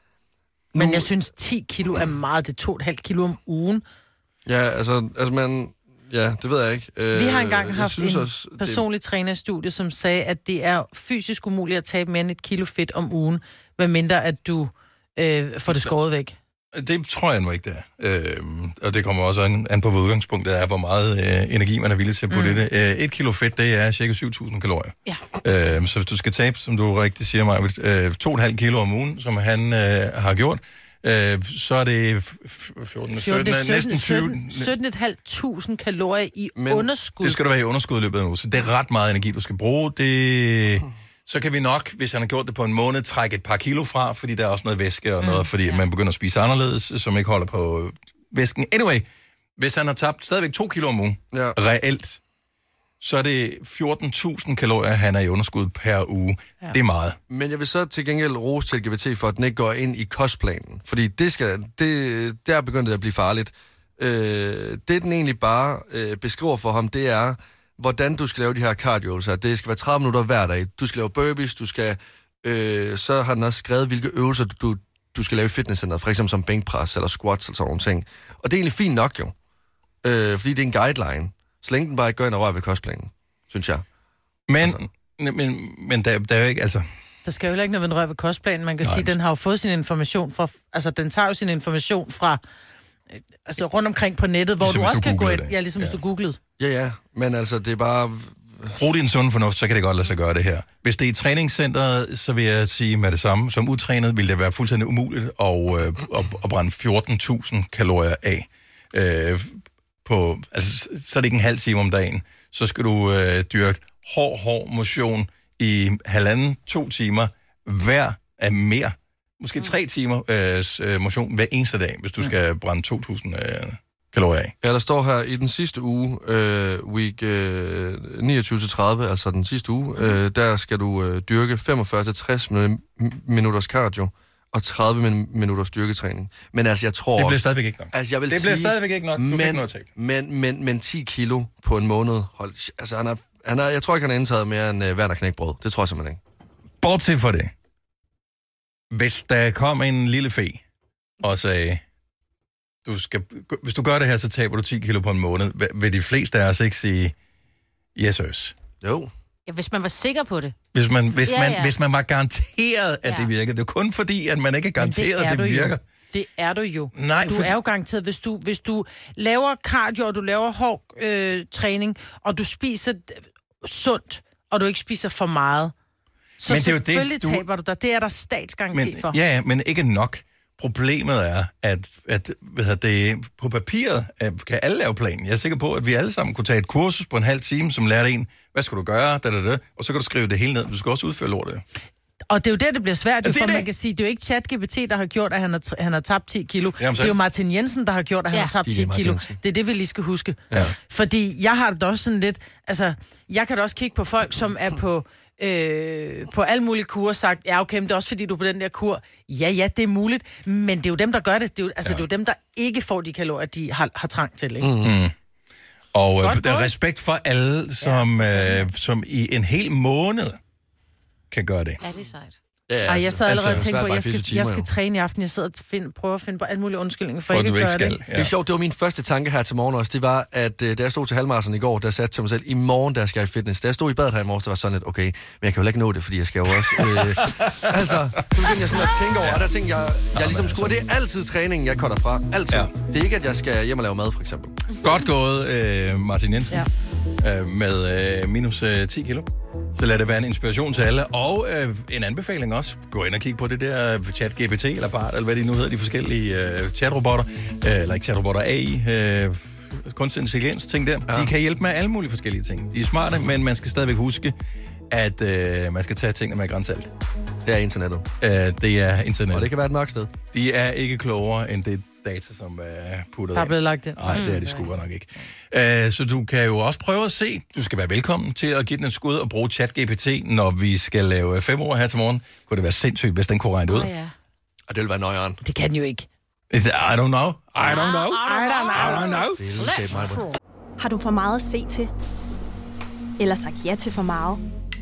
Men nu- jeg synes, ti kilo er meget. Det er to og et halvt kilo om ugen. Ja, altså, altså man... Ja, det ved jeg ikke. Øh, Vi har engang jeg haft synes en også, det- personlig trænerstudie, som sagde, at det er fysisk umuligt at tabe mere end et kilo fedt om ugen, medmindre at du øh, får det skåret væk. Det tror jeg nu ikke, det er. Øhm, og det kommer også an, an på, hvad udgangspunktet er, hvor meget øh, energi man er villig til at putte mm. i det. Øh, et kilo fedt, det er cirka syv tusind kalorier. Ja. Øhm, så hvis du skal tabe, som du rigtig siger mig, øh, to komma fem kilo om ugen, som han øh, har gjort, øh, så er det f- f- fjorten, sytten, næsten tyve... sytten komma fem tusind kalorier i Men underskud. Det skal du være i underskud i løbet af en uge, så det er ret meget energi, du skal bruge. Det... Så kan vi nok, hvis han har gjort det på en måned, trække et par kilo fra, fordi der er også noget væske og noget, mm, fordi ja. man begynder at spise anderledes, som ikke holder på væsken. Anyway, hvis han har tabt stadigvæk to kilo om ugen, Ja. reelt, så er det fjorten tusind kalorier, han er i underskud per uge. Ja. Det er meget. Men jeg vil så til gengæld rose til L G B T for, at den ikke går ind i kostplanen. Fordi det skal, det, der begynder det at blive farligt. Øh, det, den egentlig bare øh, beskriver for ham, det er, hvordan du skal lave de her cardio-øvelser. Det skal være tredive minutter hver dag. Du skal lave burpees, du skal... Øh, så har den også skrevet, hvilke øvelser du, du skal lave i fitnesscenteret. For eksempel som bænkpres eller squats eller sådan nogle ting. Og det er egentlig fint nok jo. Øh, fordi det er en guideline. Så længe den bare ikke går ind og rører ved kostplanen, synes jeg. Men, altså. men, men der, der er jo ikke, altså... Der skal jo heller ikke noget ved rør ved kostplanen. Man kan Nej. sige, den har jo fået sin information fra... Altså, den tager jo sin information fra... øh, Altså, rundt omkring på nettet, hvor Ligesom du hvis også du kan gå ind... googlede det. Ja, ligesom Ja. hvis du googlede. Ja, ja, men altså, det er bare... Brug din sunde fornuft, så kan det godt lade sig gøre det her. Hvis det er i træningscenteret, så vil jeg sige med det samme. Som utrænet vil det være fuldstændig umuligt at, øh, at, at brænde fjorten tusind kalorier af. Øh, på, altså, så er det ikke en halv time om dagen. Så skal du øh, dyrke hård, hård motion i halvanden, to timer hver af mere. Måske tre timer øh, motion hver eneste dag, hvis du skal brænde to tusind øh, kalorier af. Ja, der står her, i den sidste uge, øh, week øh, niogtyve til tredive, altså den sidste uge, øh, der skal du øh, dyrke femogfyrre til tres min- minutters cardio og tredive min- minutters styrketræning. Men altså, jeg tror Det bliver også... stadigvæk ikke nok. Altså, jeg vil Det bliver sige, stadigvæk ikke nok. Du kan ikke nå at tabe. men, men, men ti kilo på en måned, hold, altså han er, han er, jeg tror ikke, han har indtaget mere end øh, Werner knækbrød. Det tror jeg simpelthen ikke. Bortset fra det. Hvis der kom en lille fe og sagde, du skal, hvis du gør det her, så taber du ti kilo på en måned, vil de fleste af os ikke sige, yes, sirs. Jo. Ja, hvis man var sikker på det. Hvis man, hvis Ja, man, ja. hvis man var garanteret, at Ja. det virker. Det er kun fordi, at man ikke er Men garanteret, er at du det jo. virker. Det er du jo. Nej, du for- er jo garanteret, hvis du, hvis du laver cardio, og du laver hård øh, træning, og du spiser øh, sundt, og du ikke spiser for meget, så Men det er jo det, selvfølgelig du- taber du dig. Det er der statsgaranti Men, for. ja, ja, men ikke nok. Problemet er, at, at hvad hedder det, på papiret at, kan alle lave planen. Jeg er sikker på, at vi alle sammen kunne tage et kursus på en halv time, som lærte en, hvad skal du gøre, da, da, da, og så kan du skrive det hele ned. Du skal også udføre lortet. Og det er jo der, det bliver svært, Ja, jo, det er for det. man kan sige, det er jo ikke ChatGPT, der har gjort, at han har, t- han har tabt ti kilo. Jamen, så- Det er jo Martin Jensen, der har gjort, at han Ja. har tabt D J ti Martin kilo. Jensen. Det er det, vi lige skal huske. Ja. Fordi jeg har det også sådan lidt... Altså, jeg kan da også kigge på folk, som er på... Øh, på alle mulige kurer og sagt, ja okay, men det er også fordi, du er på den der kur. Ja, ja, det er muligt, men det er jo dem, der gør det. Det er jo, altså, ja. det er jo dem, der ikke får de kalorier, de har, har trang til, ikke? Mm. Og øh, Godt der er gået. respekt for alle, som, ja. øh, som i en hel måned kan gøre det. Ja, det er sejt. Ja, Ej, jeg sad allerede og altså, tænkte svært på, bare jeg skal, fireogtyve jeg timer, skal jo. træne i aften. Jeg sidder og find, prøver at finde på alle mulige undskyldninger for, For ikke at du at ikke gøre skal. det. ikke? Det er sjovt, det var min første tanke her til morgen også. Det var, at øh, da jeg stod til halvmarathon i går, der satte til mig selv, i morgen, der skal jeg i fitness. Da jeg stod i badet her i morges, der var sådan lidt, okay, men jeg kan jo ikke nå det, fordi jeg skal jo også... Øh, altså, så begyndte jeg sådan at tænke over, og der tænkte jeg, jeg ligesom skulle, det er altid træningen, jeg cutter fra. Altid. Ja. Det er ikke, at jeg skal hjem og lave mad, for eksempel. Godt gået, øh, Martin Jensen, ja. øh, med øh, minus øh, ti kilo. Så lad det være en inspiration til alle. Og øh, en anbefaling også. Gå ind og kig på det der ChatGPT, eller Bart, eller hvad de nu hedder, de forskellige øh, chatrobotter. Øh, eller ikke chatrobotter, A I, øh, kunstig intelligens, ting der. Ja. De kan hjælpe med alle mulige forskellige ting. De er smarte, men man skal stadigvæk huske, at øh, man skal tage tingene med grænsalt. Det er internettet. Øh, det er internet. Og det kan være et mørkt sted. De er ikke klogere end det data, som er puttet Der er ind. blevet lagt det. Nej, det er det sgu godt nok ikke. Uh, så du kan jo også prøve at se, du skal være velkommen til at give den et skud og bruge ChatGPT, når vi skal lave fem år her til morgen. Kunne det være sindssygt, hvis den kunne regne det ud? Åh, ja. Og det vil være nøjeren. Det kan den jo ikke. I don't know. I don't know. I don't I don't know. Det er videnskab, mig, bro. Har du for meget at se til? Eller sagt ja til for meget?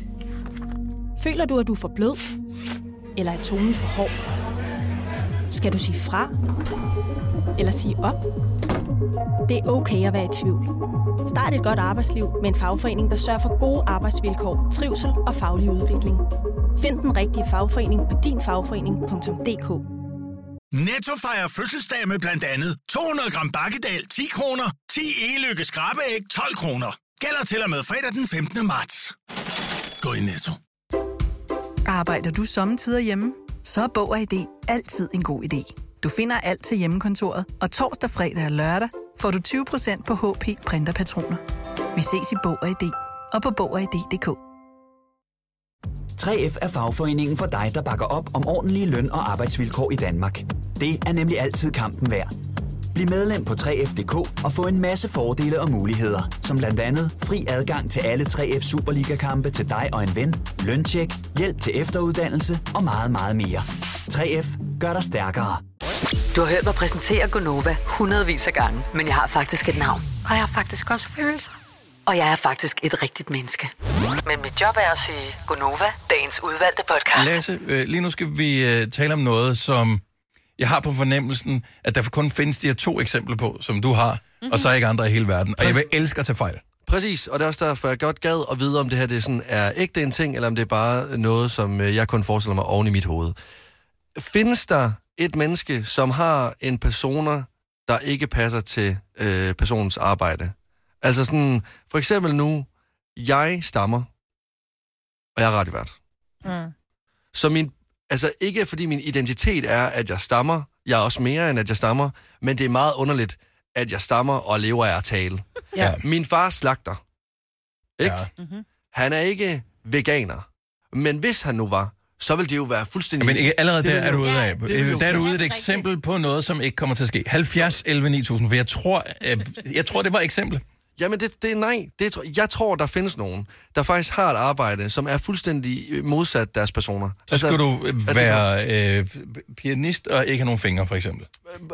Føler du, at du er for blød? Eller er tonen for hård? Skal du sige fra? Eller sige op? Det er okay at være i tvivl. Start et godt arbejdsliv med en fagforening, der sørger for gode arbejdsvilkår, trivsel og faglig udvikling. Find den rigtige fagforening på din fagforening punktum d k. Netto fejrer fødselsdag med blandt andet to hundrede gram bakkedal ti kroner, ti e-lykke skrabeæg tolv kroner. Gælder til og med fredag den femtende marts. Gå i Netto. Arbejder du sommetider hjemme? Så er Bog og I D altid en god idé. Du finder alt til hjemmekontoret, og torsdag, fredag og lørdag får du tyve procent på H P printerpatroner. Vi ses i Bog og I D og på bog og i d punktum d k. tre F er fagforeningen for dig, der bakker op om ordentlige løn- og arbejdsvilkår i Danmark. Det er nemlig altid kampen værd. Bliv medlem på tre F punktum d k og få en masse fordele og muligheder, som blandt andet fri adgang til alle tre F Superliga-kampe til dig og en ven, løntjek, hjælp til efteruddannelse og meget, meget mere. tre F gør dig stærkere. Du har hørt mig præsentere Gonova hundredvis af gange, men jeg har faktisk et navn. Og jeg har faktisk også følelser. Og jeg er faktisk et rigtigt menneske. Men mit job er at sige Gonova, dagens udvalgte podcast. Lasse, øh, lige nu skal vi øh, tale om noget, som jeg har på fornemmelsen, at der kun findes de her to eksempler på, som du har, mm-hmm. og så er ikke andre i hele verden. Og jeg vil elske at tage fejl. Præcis, og det er også derfor, jeg godt gad at vide, om det her det sådan er ægte en ting, eller om det er bare noget, som jeg kun forestiller mig oven i mit hoved. Findes der et menneske, som har en persona, der ikke passer til øh, personens arbejde? Altså sådan, for eksempel nu, jeg stammer, og jeg er radiovært. Mm. Så min, altså ikke fordi min identitet er, at jeg stammer, jeg er også mere end, at jeg stammer, men det er meget underligt, at jeg stammer og lever af at tale. Ja. Min far slagter. Ikke? Ja. Mm-hmm. Han er ikke veganer. Men hvis han nu var, så ville det jo være fuldstændig... Men ikke, allerede der er du ude af. Ja, der er du ude et eksempel på noget, som ikke kommer til at ske. halvfjerds elleve ni tusind, for jeg tror, jeg, jeg tror det var et eksempel. Jamen, det, det er nej. Det, jeg tror, der findes nogen, der faktisk har et arbejde, som er fuldstændig modsat deres personer. Så altså, skal du være øh, pianist og ikke have nogen fingre, for eksempel?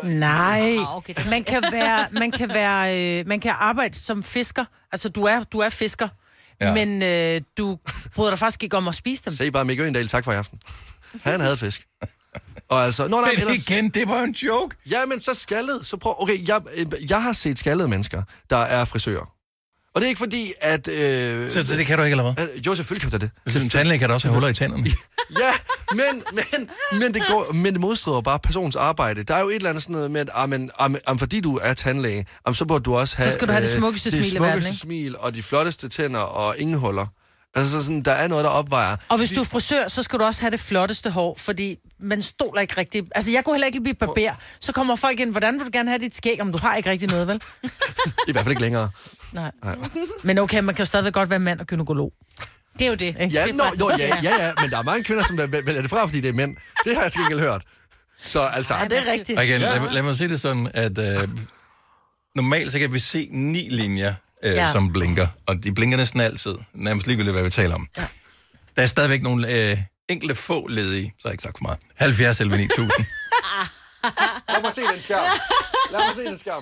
Nej, man kan være, man kan være, øh, man kan arbejde som fisker. Altså, du er, du er fisker, ja. men øh, du bryder dig faktisk ikke om at spise dem. Se bare Mikke Øgendal, tak for i aften. Han havde fisk. Og altså, nå, nej, men ellers... igen, det var en joke. Ja, men så skaldet, så prøv... Okay, jeg, jeg har set skaldede mennesker, der er frisører. Og det er ikke fordi, at... Øh, så, så det kan du ikke, eller hvad? Jo, selvfølgelig kan du det. Som tandlæge kan der også have huller i tænderne. Ja, men, men, men, det går, men det modstrider bare persons arbejde. Der er jo et eller andet sådan noget med, at amen, amen, amen, fordi du er tandlæge, amen, så burde du også have... Så skal du have det smukkeste smil i verden, Det smukkeste smil, og de flotteste tænder, og ingen huller. Altså sådan, der er noget, der opvejer. Og hvis du er frisør, så skal du også have det flotteste hår, fordi man stoler ikke rigtigt. Altså, jeg kunne heller ikke blive barber. Så kommer folk ind, hvordan vil du gerne have dit skæg, om du har ikke rigtig noget, vel? I hvert fald ikke længere. Nej. Nej. Men okay, man kan jo stadigvæk godt være mand og gynekolog. Det er jo det. Ja, det nå, nå, ja, ja, ja, men der er mange kvinder, som vælger det fra, fordi det er mænd. Det har jeg til gengæld hørt. Så altså... Ja, det er rigtigt. Og igen, ja. lad, lad mig sige det sådan, at øh, normalt så kan vi se ni linjer, øh, ja. som blinker. Og de blinker næsten altid. Nærmest ligegyldigt, hvad vi taler om. Ja. Der er stadigvæk nogle øh, enkelte få ledige, så har jeg ikke sagt for meget. halvfjerds elleve ni tusind. Lad mig se den skærm. Lad mig se den skærm.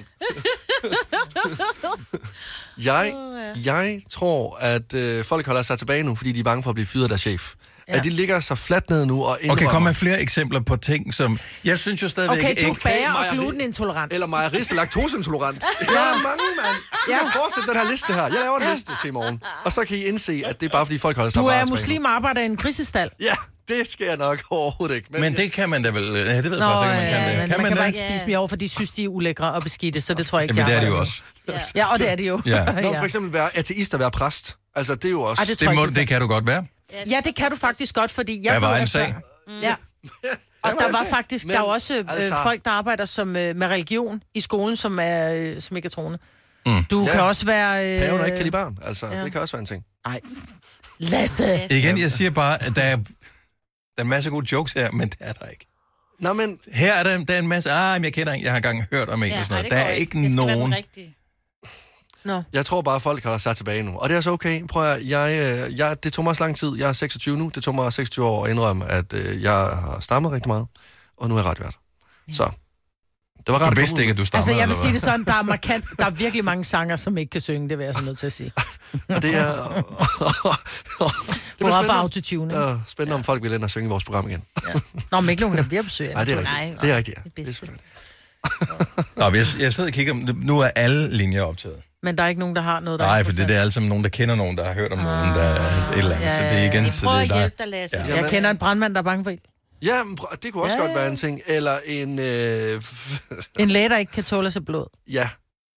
jeg, jeg tror, at øh, folk holder sig tilbage nu, fordi de er bange for at blive fyret af deres chef. Ja. At de ligger så fladt ned nu og indrømmer. Okay, kom med flere eksempler på ting, som... Jeg synes jo stadigvæk okay, ikke... Okay, du bager og glutenintolerant. Eller mejerist og laktoseintolerant. Ja, der er mange, mand. Du ja. kan fortsætte den her liste her. Jeg laver en ja. liste til i morgen. Og så kan I indse, at det er bare, fordi folk holder sig du bare Du er muslim og arbejder i en grisestal. Ja, det skal jeg nok overhovedet ikke. Men, men det kan man da vel... Ja, det ved Nå, jeg faktisk ikke, man kan ja, det. Kan man, man kan bare ikke spise dem i år, for de synes, de er ulækre og beskidte, så det tror jeg ikke, Jamen, de det er de jo også. Ja. ja, og det er det jo. Ja. Nå, for eksempel være ateist og være præst. Altså, det er jo også... Ej, det, det, må, det kan du godt være. Ja, det kan du faktisk godt, fordi... Jeg Hvad var en sag? Mm. Ja. Og der var faktisk, der er også øh, altså... folk, der arbejder som, øh, med religion i skolen, som, er, øh, som ikke er troende. Mm. Du ja. kan også være... Øh... Paven er ikke kalibarn, altså. Ja. Det kan også være en ting. Nej. Lasse! Igen, jeg siger bare, at der er, der er en masse gode jokes her, men det er der ikke. Nå, men... Her er der, der er en masse... Ah, jeg kender en, jeg har engang hørt om en ja, og sådan noget. Der er ikke det nogen... No. Jeg tror bare, at folk holder sig tilbage nu. Og det er så okay. Prøv at, jeg, jeg, det tog mig også lang tid. Jeg er seksogtyve nu. Det tog mig seksogtyve år at indrømme, at øh, jeg har stammet rigtig meget. Og nu er jeg radiovært. Ja. Så. Det var ret du vidste ikke, at du stammede. Altså, jeg vil sige det sådan, der er markant, der er virkelig mange sanger, som ikke kan synge. Det vil jeg så nødt til at sige. Og det er... det var for autotune. Ja, spændende, om folk vil ind og synge i vores program igen. Ja. Nå, men ikke nogen, der bliver besøg. Nej, det er rigtigt. Nej, det er rigtigt, ja. Det er Nå, jeg, jeg sidder og kigger, nu er alle linjer optaget. Men der er ikke nogen, der har noget, der Nej, for det, det er altså nogen, der kender nogen, der har hørt om ah, nogen, der er et eller andet. Ja, så det er igen... Vi prøver så det, at hjælpe dig, Lasse. Ja. Jeg kender en brandmand, der er bange for ild. Ja, det kunne også ja. godt være en ting. Eller en... Øh... en læge, der ikke kan tåle sig blod. Ja.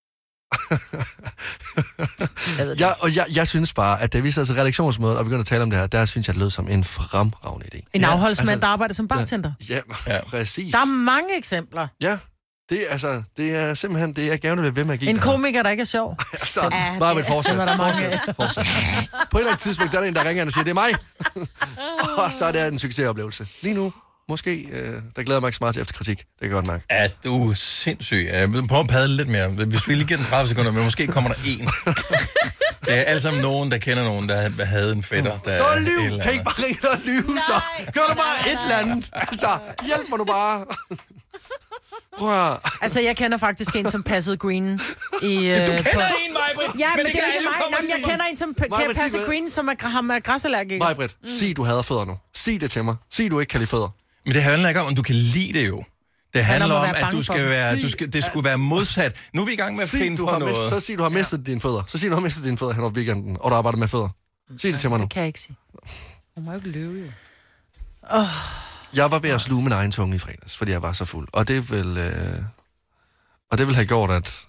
ja, og jeg, jeg synes bare, at da vi sad til redaktionsmødet og begyndte at tale om det her, der synes jeg, det lød som en fremragende idé. En ja, afholdsmand, altså, der arbejder som bartender. Ja, ja, præcis. Der er mange eksempler. Ja. Det, altså, det er simpelthen det, jeg gerne vil ved med at give. En komiker, der ikke er sjov. altså, ja, bare med et forsæt. Det var der mange. Forsæt. På et eller andet tidspunkt, der er der en, der ringer og siger, det er mig. Og så er det en succesoplevelse. Lige nu, måske, øh, der glæder mig ikke så meget til efterkritik. Det kan jeg godt mærke. Er du sindssyg? Jeg vil prøve at padle lidt mere. Hvis vi lige giver den tredive sekunder, men måske kommer der en. Det er alle sammen nogen, der kender nogen, der havde en fætter. Der så lyv! Kan I ikke bare ringe og lyve, så? Gør du bare et eller andet. Altså, hjælp mig nu bare. Altså, jeg kender faktisk en, som passede Green i... Øh, du kender på... en, Maj-Brit! Ja, men, men det, det er ikke mig. Nå, jeg kender en, som p- passer Green, som er, ham er græsallergiker. Maj-Brit, mm. sig, du hader fødder nu. Sig det til mig. Sig, du ikke kan lide fødder. Men det handler ikke om, om du kan lide det jo. Det handler om, være at bange du for skal dem. være, du skal, det skulle være modsat. Nu er vi i gang med at Sig, finde du på har noget. mistet, så sig, du har mistet dine fødder. Så sig, du har mistet dine fødder hen over weekenden, og du arbejder med fødder. Sig det til mig nu. Det kan jeg ikke sige. Hun må jo ikke løbe, jo. Oh. Jeg var ved at sluge min egen tunge i fredags, fordi jeg var så fuld. Og det vil, øh... og det vil have gjort, at...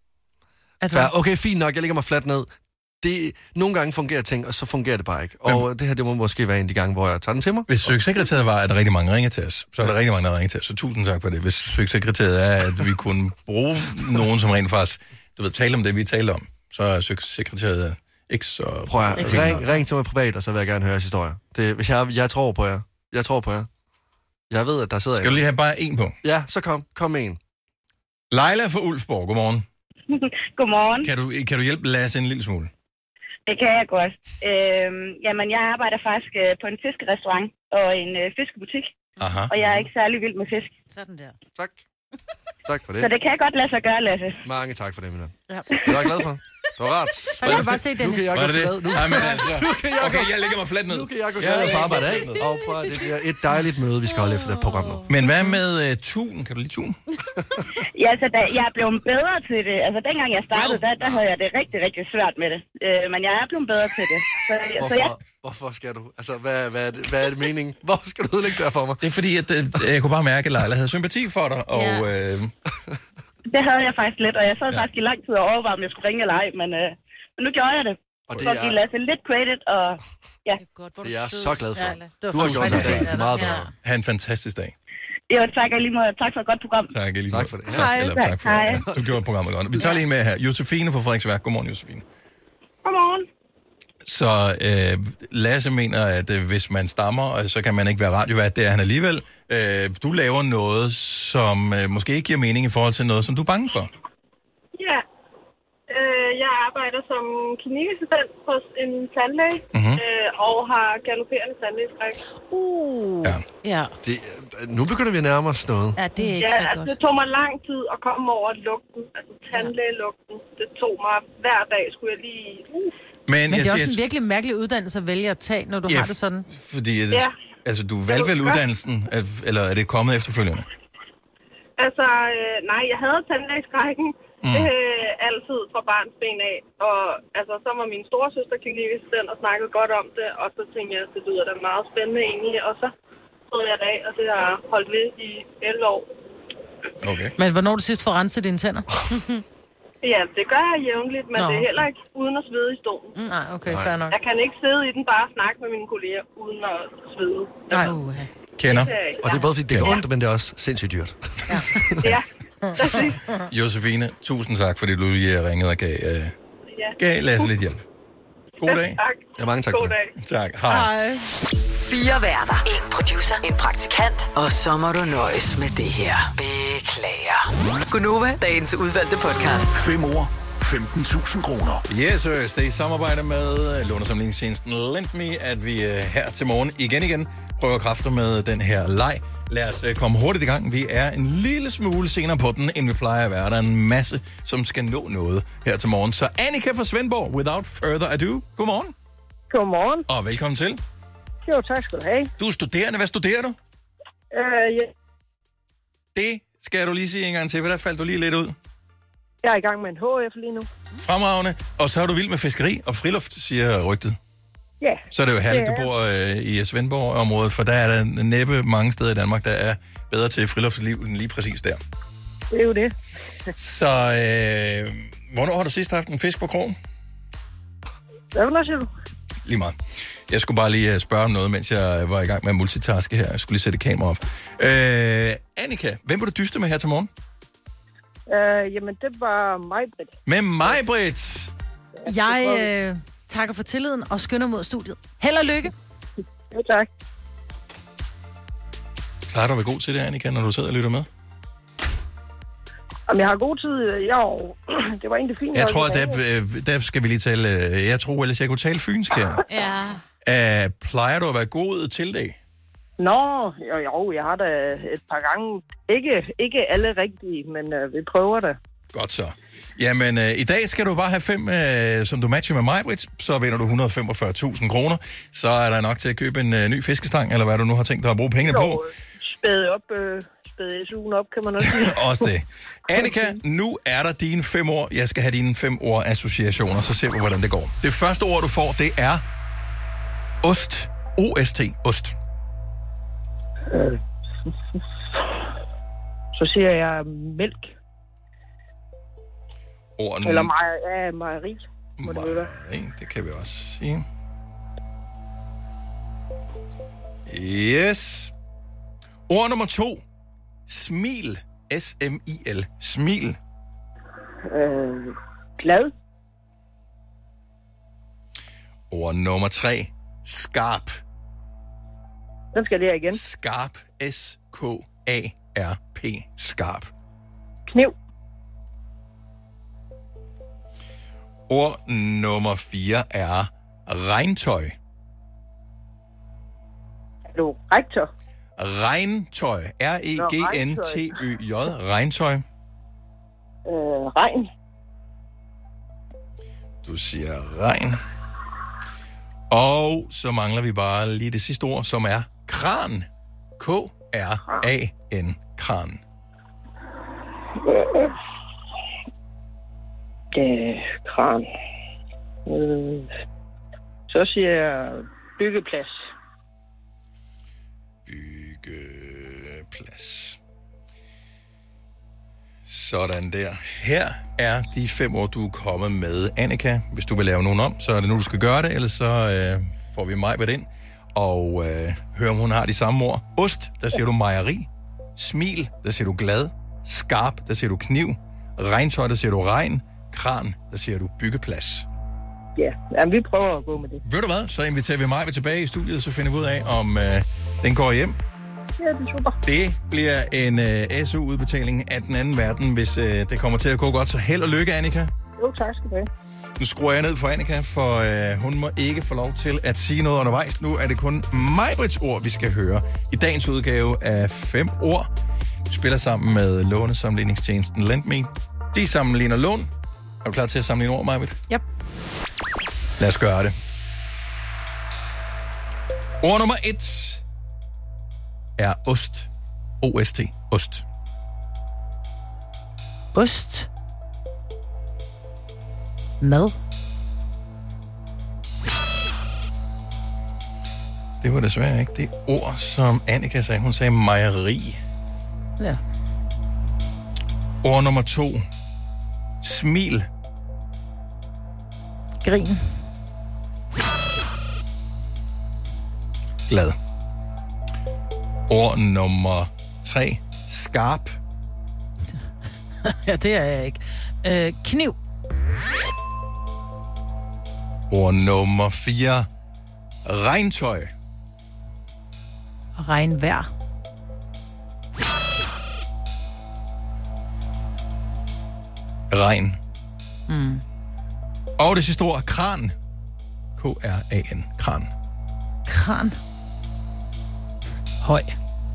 at Fær, okay, fint nok, jeg lægger mig fladt ned. Det, nogle gange fungerer ting, og så fungerer det bare ikke. Og Hvem? det her, det må måske være en af de gange, hvor jeg tager den til mig. Hvis søgesekretæret var, at der rigtig mange ringer til os, så er der rigtig mange, der ringer til os. Så tusind tak for det. Hvis søgesekretæret er, at vi kunne bruge nogen, som rent faktisk, du ved, tale om det, vi taler om, så er søgesekretæret ikke så... Prøv at ring, ring til mig privat, og så vil jeg gerne høre jeres historie. Det, hvis jeg, jeg tror på jer. Jeg tror på jer. Jeg ved, at der sidder... Skal du lige have bare en på? Ja, så kom. Kom med en. Leila fra Ulfborg, godmorgen. Godmorgen. Kan du, kan du hjælpe Lasse en lille smule? Det kan jeg godt. Øhm, jamen, jeg arbejder faktisk øh, på en fiskerestaurant og en øh, fiskebutik. Aha. Og jeg er ikke særlig vild med fisk. Sådan der. Tak. Tak for det. Så det kan jeg godt lade sig gøre, Lasse. Mange tak for det, min ven. Ja. Det var jeg glad for. Det var rart. Så kan du bare se, Dennis. Nu kan jeg Var gå det glad. det? Nu, Ej, men altså. nu kan jeg Okay, gå, jeg lægger mig fladt ned. Nu kan jeg gå glad for arbejde af. Og prøv at det bliver et dejligt møde, vi skal holde efter det program nu. Men hvad med uh, tun? Kan du lide tun? Ja, altså, da, jeg er blevet bedre til det. Altså, dengang jeg startede, der, der havde jeg det rigtig, rigtig svært med det. Øh, men jeg er blevet bedre til det. Så, Hvorfor, så jeg... hvorfor skal du? Altså, hvad, hvad, er det, hvad er det meningen? Hvorfor skal du udlægge det her for mig? Det er fordi, at øh, jeg kunne bare mærke, at Leila havde sympati for dig, og... Ja. Øh, Det havde jeg faktisk lidt, og jeg sad ja. faktisk i lang tid og overvejede, om jeg skulle ringe eller ej, men, øh, men nu gjorde jeg det. Og det så er- give Lasse lidt credit, og ja. Det er jeg så glad for. Ja, Du har gjort det dag meget bedre. Ha' en fantastisk dag. Jo, tak og lige måde. Tak for et godt program. Tak, lige tak for det. Tak, eller, tak for Hej. det. Ja, du gjorde programmet godt. Vi tager lige en med her. Josefine fra Frederiksværk. Godmorgen, Josefine. Godmorgen. Så øh, Lasse mener, at øh, hvis man stammer, øh, så kan man ikke være radiovært. Det er han alligevel. Øh, du laver noget, som øh, måske ikke giver mening i forhold til noget, som du er bange for. Ja. Øh, jeg arbejder som klinikassistent hos en tandlæge, Mhm. øh, og har galopperende tandlægeskræk. Uh. Ja. Ja. Det, nu begynder vi at nærme os noget. Ja, det er ikke ja, så altså, godt. det tog mig lang tid at komme over lugten, altså tandlægelugten. Det tog mig hver dag, skulle jeg lige... Uh. Men, Men jeg det er også siger, en virkelig mærkelig uddannelse at vælge at tage, når du Ja, har det sådan. fordi at, Ja. altså, du valgte vel uddannelsen, at- eller er det kommet efterfølgende? Altså, øh, nej, jeg havde tandlægeskrækken Mm. øh, altid fra barns ben af. Og altså, så var min storesøster klinikassistent og snakkede godt om det, og så tænkte jeg, at det lyder da meget spændende egentlig. Og så prøvede jeg det af, og det har holdt ved i elleve år. Okay. Men hvornår du sidst får renset dine tænder? Ja, det gør jeg jævnligt, men Nå. det er heller ikke uden at svede i stolen. Nej, okay, fair nok. Jeg kan ikke sidde i den bare og snakke med mine kolleger uden at svede. Nej. Kender. Og det er både fordi, det er ondt, men det er også sindssygt dyrt. Ja. Josefine, tusind tak, fordi du lige ringede og gav, øh, Ja. gav Lasse lidt hjælp. God dag. Tak. Ja, mange tak God for dag. Tak. Hej. Fire værter. En producer. En praktikant. Og så må du nøjes med det her. Beklager. Gunova, dagens udvalgte podcast. Fem år, femten tusind kroner. Yes, sir. Det er i samarbejde med lånesamlingstjenesten LendMe, at vi øh, her til morgen igen igen prøver kræfter med den her leg. Lad os øh, komme hurtigt i gang. Vi er en lille smule senere på den, end vi plejer at være. Der er en masse, som skal nå noget her til morgen. Så Annika fra Svendborg, without further ado. Godmorgen. Godmorgen. Og velkommen til. Jo, tak skal du have. Du er studerende. Hvad studerer du? Øh, ja. Det skal du lige sige en gang til, for der faldt du lige lidt ud. Jeg er i gang med en H F lige nu. Fremragende. Og så er du vild med fiskeri og friluft, siger rygtet. Ja. Så er det jo herligt, Det du er bor øh, i Svendborg-området, for der er der næppe mange steder i Danmark, der er bedre til friluftsliv end lige præcis der. Det er jo det. Så øh, hvornår har du sidst haft en fisk på krogen? Hvad vil du sige? Lige meget. Jeg skulle bare lige spørge om noget, mens jeg var i gang med at multitaske her. Jeg skulle lige sætte kamera op. Øh, Annika, hvem vil du dyste med her til morgen? Øh, jamen, det var mig, Britt. Med mig, Britt! Jeg øh, takker for tilliden og skynder mod studiet. Held og lykke. Jo, tak. Klarer du at være god til det, Annika, når du sidder og lytter med? Jamen, jeg har god tid. Jo, det var egentlig fint. Jeg nok tror, i at dag. der, øh, der skal vi lige tale... øh, Jeg tror ellers, jeg kunne tale fynsk her. Ja. Uh, plejer du at være god til det? Nå, jo, jo, jeg har da et par gange. Ikke, ikke alle rigtige, men øh, vi prøver det. Godt så. Jamen, øh, i dag skal du bare have fem, øh, som du matcher med mig, Britt. Så vinder du et hundrede og femogfyrre tusind kroner. Så er der nok til at købe en øh, ny fiskestang, eller hvad du nu har tænkt dig at bruge pengene Jo, på. spæde op, øh, spæde S U'en op, kan man også sige. Også det. Annika, nu er der dine fem ord. Jeg skal have dine fem ord associationer, så ser vi, hvordan det går. Det første ord, du får, det er ost. O S T. Ost. Øh, så siger jeg mælk. Orden. Eller mejer, ja, mejeri. Må det være. Det kan vi også sige. Yes. Ord nummer to. Smil. S M I L. Smil. Øh, glad. Ord nummer tre. Skarp. Den skal det igen. Skarp. S K A R P. Skarp. Kniv. Ord nummer fire er regntøj. Er du rektor? Regntøj. R E G N T Ø J. Regntøj. Øh, regn. Du siger regn. Og så mangler vi bare lige det sidste ord, som er kran. K R A N. Kran. Øh, øh, kran. Øh, så siger jeg byggeplads. Byggeplads. Sådan der. Her er de fem ord, du er kommet med, Annika. Hvis du vil lave nogen om, så er det nu, du skal gøre det, ellers så øh, får vi mig ved ind og øh, høre, om hun har de samme ord. Ost, der siger du mejeri. Smil, der siger du glad. Skarp, der siger du kniv. Regntøj, der siger du regn. Kran, der siger du byggeplads. Ja, jamen, vi prøver at gå med det. Ved du hvad, så inviterer vi mig tilbage i studiet, så finder vi ud af, om øh, den går hjem. Ja, det er super. Det bliver en øh, S U-udbetaling af den anden verden, hvis øh, det kommer til at gå godt. Så held og lykke, Annika. Jo, tak skal du have. Nu skruer jeg ned for Annika, for øh, hun må ikke få lov til at sige noget undervejs. Nu er det kun Maj-Brits ord, vi skal høre i dagens udgave af fem ord. Vi spiller sammen med lånesammenligningstjenesten LendMe. De sammenligner lån. Er du klar til at sammenligne ord, Maj-Brit? Yep. Lad os gøre det. Ord nummer et er ost. O S T. Ost. Ost. Mad. Det var desværre ikke det ord, som Annika sagde. Hun sagde mejeri. Ja. Ord nummer to. Smil. Grin. Glad. Ord nummer tre. Skarp. Ja, det er jeg ikke. Øh, kniv. Ord nummer fire. Regntøj. Regnvejr. Regn. Mm. Og det sidste ord. Kran. K R A N. Kran. Kran. Høj.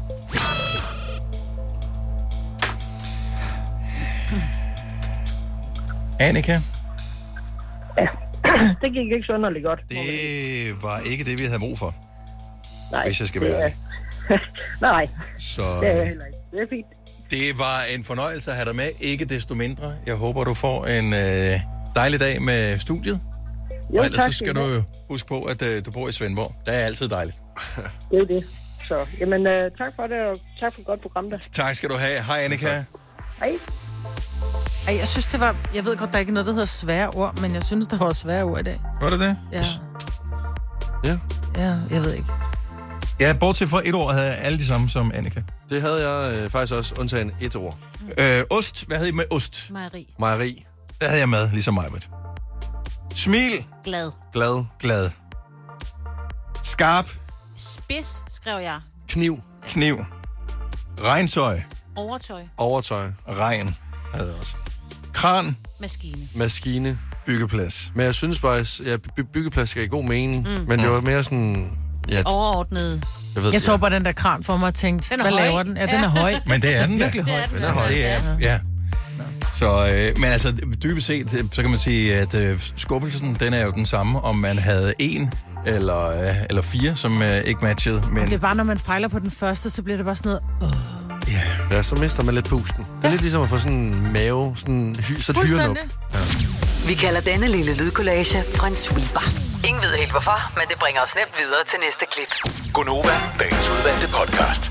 Annika? Ja, det gik ikke så underligt godt. Det var ikke det, vi havde brug for. Nej. Hvis jeg skal være ærlig. Nej, Så, det er jeg heller ikke. Det er fint. Det var en fornøjelse at have dig med. Ikke desto mindre. Jeg håber, du får en øh, dejlig dag med studiet. Jo, og ellers tak, så skal du jo huske på, at øh, du bor i Svendborg. Det er altid dejligt. Det er det. Så, jamen, øh, tak for det, og tak for et godt program der. Tak skal du have. Hej, Annika. Hej. Ej, jeg synes, det var... Jeg ved godt, der er ikke noget, der hedder svære ord, men jeg synes, der var svære ord i dag. Var det det? Ja. Ja. Ja, jeg ved ikke. Ja, bortset fra et ord havde jeg alle de samme som Annika. Det havde jeg øh, faktisk også, undtagen et ord. Øh, ost. Hvad havde I med ost? Mejeri. Mejeri. Der havde jeg med, ligesom mig. Smil. Glad. Glad. Glad. Skarp. Spids, skrev jeg. Kniv. Kniv. Regntøj. Overtøj. Overtøj. Regn havde jeg også. Kran. Maskine. Maskine. Byggeplads. Men jeg synes faktisk, at by- byggeplads skal i god mening. Mm. Men det var mere sådan... Ja, Overordnet. jeg ved Jeg så ja. bare den der kran for mig og tænkte, Den er hvad høj. laver den? Ja, den er høj. Men det er den da. Virkelig høj. Den er høj. Det er, ja. Så, øh, men altså, dybest set, så kan man sige, at øh, skuffelsen, den er jo den samme, om man havde en eller, øh, eller fire, som øh, ikke matchede. Men Det er bare, når man fejler på den første, så bliver det bare sådan noget... Oh. Ja, så mister man lidt pusten. Det er lidt ligesom at få sådan en mave, sådan hy, så et hyrenuk. Ja. Vi kalder denne lille lydkollage en sweeper. Ingen ved helt hvorfor, men det bringer os nemt videre til næste klip. Gonova, dagens udvalgte podcast.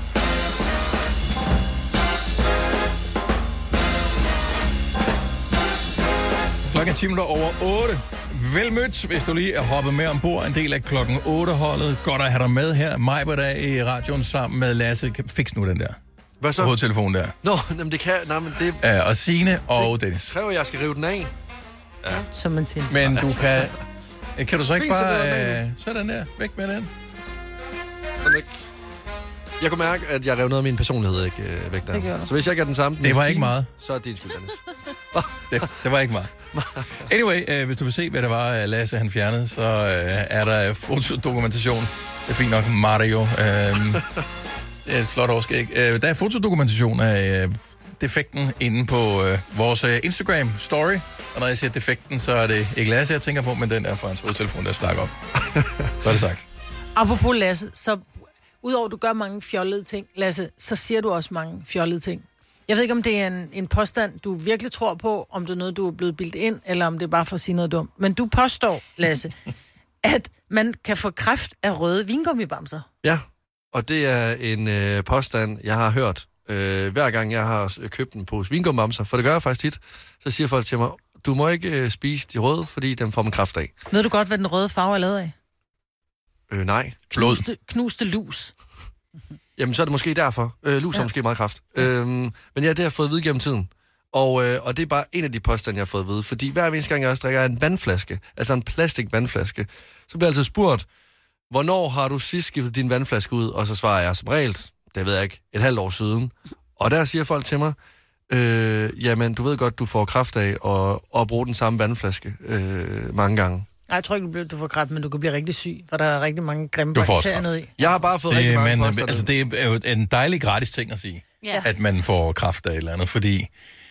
Klokken ti minutter over otte. Velmødt, hvis du lige er hoppet med ombord. En del af klokken otte-holdet. Godt at have dig med her. Mig var der i radioen sammen med Lasse. Fix nu den der. Hvad så? Hovedtelefonen der. Nå, jamen det kan... Nej, men det... Ja, og Signe og det Dennis. kræver, at jeg skal rive den af. Ja. Som man siger. Men du kan... Kan du så ikke Fint, så bare... er den Øh, sådan der. Væk med den. Perfekt. Jeg kunne mærke, at jeg rev noget af min personlighed ikke, øh, væk der. Så hvis jeg ikke er den samme... Det var ikke meget. Så er det din skyld, Dennis. det, det var ikke meget. Anyway, øh, hvis du vil se, hvad det var, Lasse han fjernede, så øh, er der fotodokumentation. Det er fint nok, Mario. Øh, det er et flot overskæg. Øh, der er fotodokumentation af øh, defekten inde på øh, vores øh, Instagram-story. Og når jeg siger defekten, så er det ikke Lasse, jeg tænker på, men den er fra hans hovedtelefon, der slakker op. Så er det sagt. Apropos Lasse, så udover at du gør mange fjollede ting, Lasse, så siger du også mange fjollede ting. Jeg ved ikke, om det er en, en påstand, du virkelig tror på, om det er noget, du er blevet bildt ind, eller om det er bare for at sige noget dumt. Men du påstår, Lasse, at man kan få kræft af røde vingummibamser. Ja, og det er en øh, påstand, jeg har hørt. Øh, hver gang jeg har købt en pose vingummibamser, for det gør jeg faktisk tit, så siger folk til mig, du må ikke øh, spise de røde, fordi dem får man kræft af. Ved du godt, hvad den røde farve er lavet af? Øh, nej. Knuste, knuste lus. Jamen, så er det måske derfor. Øh, lus har Ja. måske meget kræft. Øhm, men ja, det har jeg fået at vide gennem tiden. Og, øh, og det er bare en af de påstande, jeg har fået at vide. Fordi hver eneste gang, jeg også drikker en vandflaske, altså en plastik vandflaske, så bliver jeg altid spurgt, hvornår har du sidst skiftet din vandflaske ud? Og så svarer jeg som regel, det ved jeg ikke, et halvt år siden. Og der siger folk til mig, øh, jamen, du ved godt, du får kræft af at, at bruge den samme vandflaske øh, mange gange. Nej, jeg tror ikke, du, bliver, du får kræft, men du kan blive rigtig syg, for der er rigtig mange grimme Du får bakterier også nede i. Jeg har bare fået det, rigtig mange man, påstande. altså, det er jo en dejlig gratis ting at sige, Ja. at man får kræft af et eller andet, fordi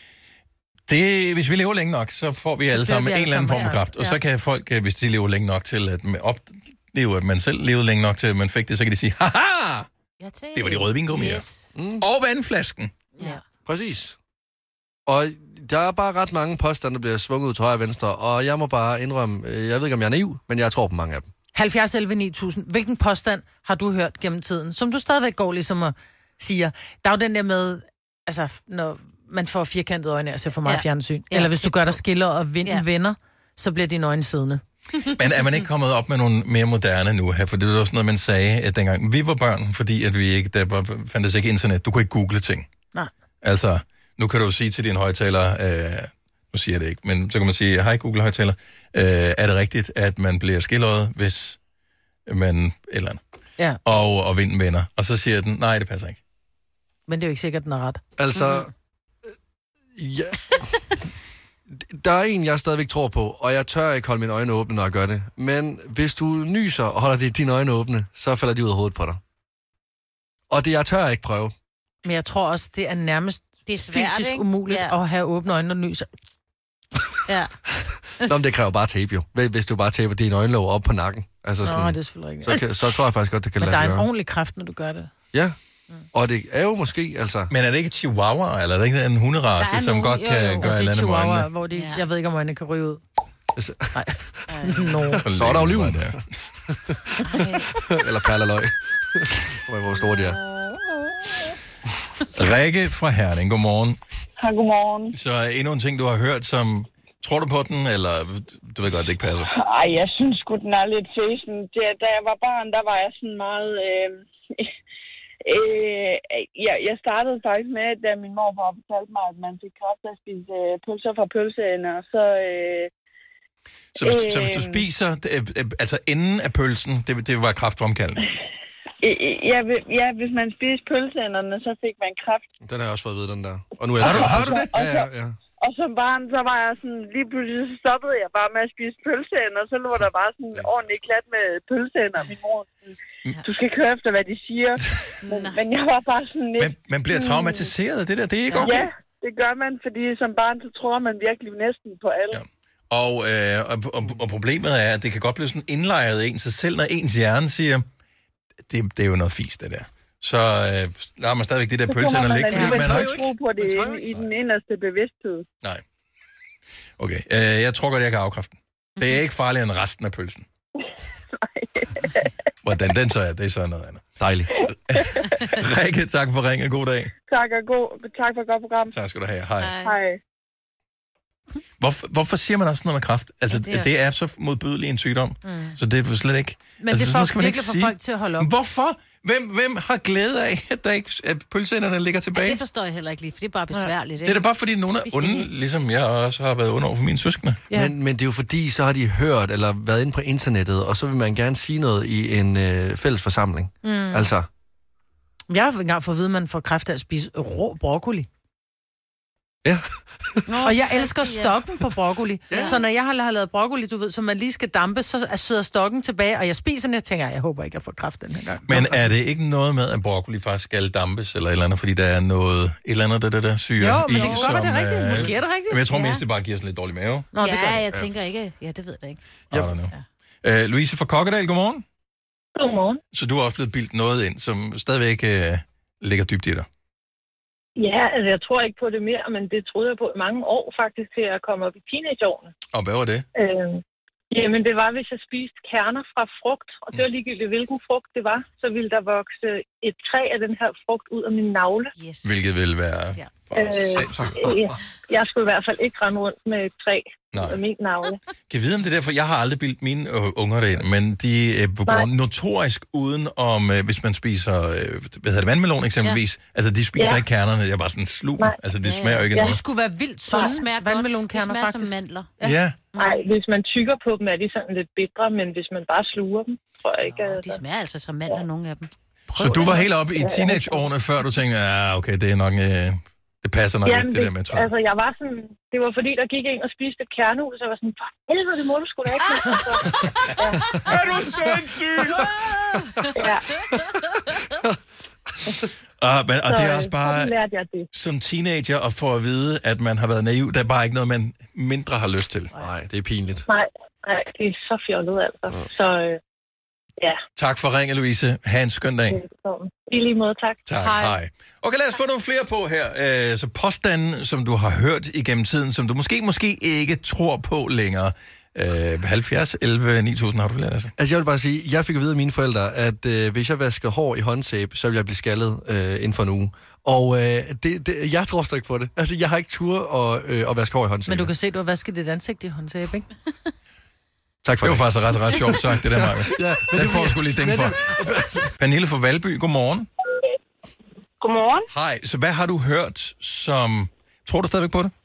det, hvis vi lever længe nok, så får vi alle dør sammen vi en alle eller anden form sammen, for ja. kræft. Og Ja. så kan folk, hvis de lever længe nok til at man opleve, at man selv levede længe nok til, at man fik det, så kan de sige, haha, det var de røde vingummier. Yes. Mm. Og vandflasken. Ja. Præcis. Og der er bare ret mange påstande, der bliver svunget ud til højre og venstre, og jeg må bare indrømme, øh, jeg ved ikke, om jeg er naiv, men jeg tror på mange af dem. halvfjerds elleve ni tusind. Hvilken påstand har du hørt gennem tiden, som du stadigvæk går ligesom og siger? Der er jo den der med, altså, når man får firkantede øjne af at se for meget Ja. ja. fjernsyn. Ja, Eller hvis du tæt gør dig på. skiller og vinden Ja. ja. vender, så bliver dine øjne siddende. Men er man ikke kommet op med nogle mere moderne nu her? For det var også noget, man sagde, at dengang vi var børn, fordi at vi ikke, der var, fandtes ikke internet, du kunne ikke google ting. Nej. Altså, nu kan du sige til din højtaler, øh, nu siger jeg det ikke, men så kan man sige, hej Google højtaler, øh, er det rigtigt, at man bliver skildret, hvis man, eller andet, Ja, og, og vinden vender? Og så siger den, nej, det passer ikke. men det er jo ikke sikkert, at den er ret. Altså, mm-hmm. ja, der er en, jeg stadigvæk tror på, og jeg tør ikke holde mine øjne åbne, når jeg gør det. Men hvis du nyser og holder dine øjne åbne, så falder de ud af hovedet på dig. Og det, jeg tør ikke prøve. Men jeg tror også, det er nærmest Det er svært, fysisk ikke? umuligt Ja. at have åbne øjne og nyser. Ja. Nå, men det kræver bare tape jo. Hvis du bare taper dine øjenlåg op på nakken. Altså sådan, Nå, det er selvfølgelig ikke. så, kan, så tror jeg faktisk godt, det kan Men lade der er sig en gøre. ordentlig kraft, når du gør det. Ja, og det er jo måske, altså... Men er det ikke chihuahua, eller er det ikke en hunderace, som nogen- godt jo, kan jo. gøre Og et det eller er andet med chihuahua, øjnene? hvor de, Ja. jeg ved ikke, om øjnene kan ryge ud. Altså, Nej. Nå. Så er der oliven. Der. Eller perlerløg. Hvor store de er. Rikke fra Herning, godmorgen. Hej, godmorgen. Så endnu en ting, du har hørt, som... Tror du på den, eller du ved godt, det ikke passer? Ej, jeg synes sgu, den er lidt fæsen. Det, da jeg var barn, der var jeg sådan meget... Øh, øh, jeg, jeg startede faktisk med, da min morfar fortalte mig, at man fik kræft at spise øh, pølser fra pølseender, og så... Øh, Så hvis, så hvis du Øhm. spiser, øh, øh, altså enden af pølsen, det, det var kræftfremkaldende. øh, ja, hvis- ja, hvis man spiste pølseenderne, så fik man kræft. Den har jeg også fået at vide, den der. Og nu er jeg Har du, har du det? Ja, ja, ja. Og som barn, så var jeg sådan, lige pludselig så stoppede jeg bare med at spise pølseender, og så lå der bare sådan en ordentlig klat med pølseender. Min mor sådan, du skal ikke høre efter, hvad de siger. Men, men jeg var bare sådan lidt... Man, man bliver traumatiseret af det der, det er ikke okay. Ja, det gør man, fordi som barn, så tror man virkelig næsten på alle. Ja. Og, øh, og, og, og problemet er, at det kan godt blive sådan indlejret en, så selv når ens hjerne siger, det, det er jo noget fisk, det der. Så øh, lader man stadigvæk det der pølserne ligge, fordi man har ikke... tro på det i, i den inderste bevidsthed. Nej. Okay, øh, jeg tror godt, jeg kan afkræfte den. Det er ikke farligere end resten af pølsen. Hvordan den så er, det er så noget andet. Dejligt. Rikke, tak for ringen. God dag. Tak, og god, tak for et godt program. Tak skal du have. Hej. Hej. Hvorfor, hvorfor siger man også noget med kræft? Altså, Ja, det er- det er så modbydelig en sygdom, Mm. så det er slet ikke... Men altså, det sådan får skal man virkelig ikke få sige. folk til at holde op. Hvorfor? Hvem, hvem har glæde af, at, der ikke, at pølseenderne ligger tilbage? Ja, det forstår jeg heller ikke lige, for det er bare besværligt. Det er da bare fordi, nogen er Spis det onde, hele. ligesom jeg også har været onde over for mine søskende. Ja. Men, men det er jo fordi, så har de hørt eller været inde på internettet, og så vil man gerne sige noget i en øh, fælles forsamling. Mm. Altså, Jeg har engang fået at vide, at man får kræft af at spise rå broccoli. Ja. Og jeg elsker stokken på broccoli. Ja. Så når jeg har, har lavet broccoli, du ved, som man lige skal dampe, så sidder stokken tilbage, og jeg spiser den, jeg tænker, jeg håber ikke, jeg får kræft den her gang. Men er det ikke noget med, at broccoli faktisk skal dampes, eller et eller andet, fordi der er noget, et eller andet, der, der, der syre Jo, men i, det kan godt være, det er rigtigt. øh, Måske er det rigtigt. Men jeg tror Ja. mest, det bare giver sådan lidt dårlig mave. Nå, det ja, gør det. jeg tænker ikke. Ja, det ved jeg ikke. I don't know. Øh, Louise fra Kokkedal, godmorgen. Godmorgen. Så du har også blevet bildt noget ind, som stadigvæk øh, ligger dybt i dig. Ja, altså jeg tror ikke på det mere, men det troede jeg på i mange år faktisk, til at komme op i teenageårene. Og hvad var det? Øh, jamen det var, hvis jeg spiste kerner fra frugt, og det var ligegyldigt hvilken frugt det var, så ville der vokse et træ af den her frugt ud af min navle. Yes. Hvilket vil være... Ja. Øh, ja, jeg skulle i hvert fald ikke rende rundt med et træ Nej. af min navle. Kan jeg vide, om det er derfor, jeg har aldrig bildt mine øh, unger det ind, men de øh, går notorisk uden om, øh, hvis man spiser, øh, hvad hedder det, vandmelon eksempelvis. Ja. Altså, de spiser Ja. ikke kernerne, jeg er bare sådan slug. Nej. Altså, det Ja, smager jo ikke Ja. noget. Det skulle være vildt Så sunde det smager godt. vandmelonkerner, Det smager faktisk. som mandler. Ja. Nej, hvis man tykker på dem, er de sådan lidt bitre, men hvis man bare sluger dem, tror jeg ikke, Nå, at... de smager altså som mandler, nogle af dem. Så du var helt oppe i teenageårene, før du tænkte, ja, okay, det er nok... Øh, det passer nok Jamen, ikke, det der med træ. altså, jeg var sådan... Det var fordi, der gik en og spiste et kernehul, så jeg var sådan, for helvede, det må du sgu da ikke. Så, ja. Er du sindssyg? Ja. Ah, men, og Så, det er også øh, bare sådan lærte jeg det. som teenager at få at vide, at man har været naiv. Der er bare ikke noget, man mindre har lyst til. nej, det er pinligt. Nej, nej, det er så fjollet, altså. Så øh, ja, Tak for ringen, Louise. Ha' en skøn dag. velkommen. I lige måde, tak. Tak, hej. hej. Okay, lad os få nogle flere på her. Øh, så påstanden, som du har hørt igennem tiden, som du måske, måske ikke tror på længere. Øh, halvfjerds elleve ni tusind har du lært, altså. Altså, jeg vil bare sige, jeg fik at vide af mine forældre, at øh, hvis jeg vasker hår i håndsæbe, så vil jeg blive skaldet øh, inden for en uge. Og øh, det, det, jeg tror slet ikke på det. Altså, jeg har ikke tur at, øh, at vaske hår i håndsæbe. Men du kan se, at du har vasket dit ansigt i håndsæbe, ikke? Tak for Det det. var faktisk ret, ret sjovt sagt, det der, Marco. Ja, men Den det- får du sgu lige ding for. Pernille fra Valby, godmorgen. Godmorgen. Hej, så hvad har du hørt som... Tror du stadigvæk på det?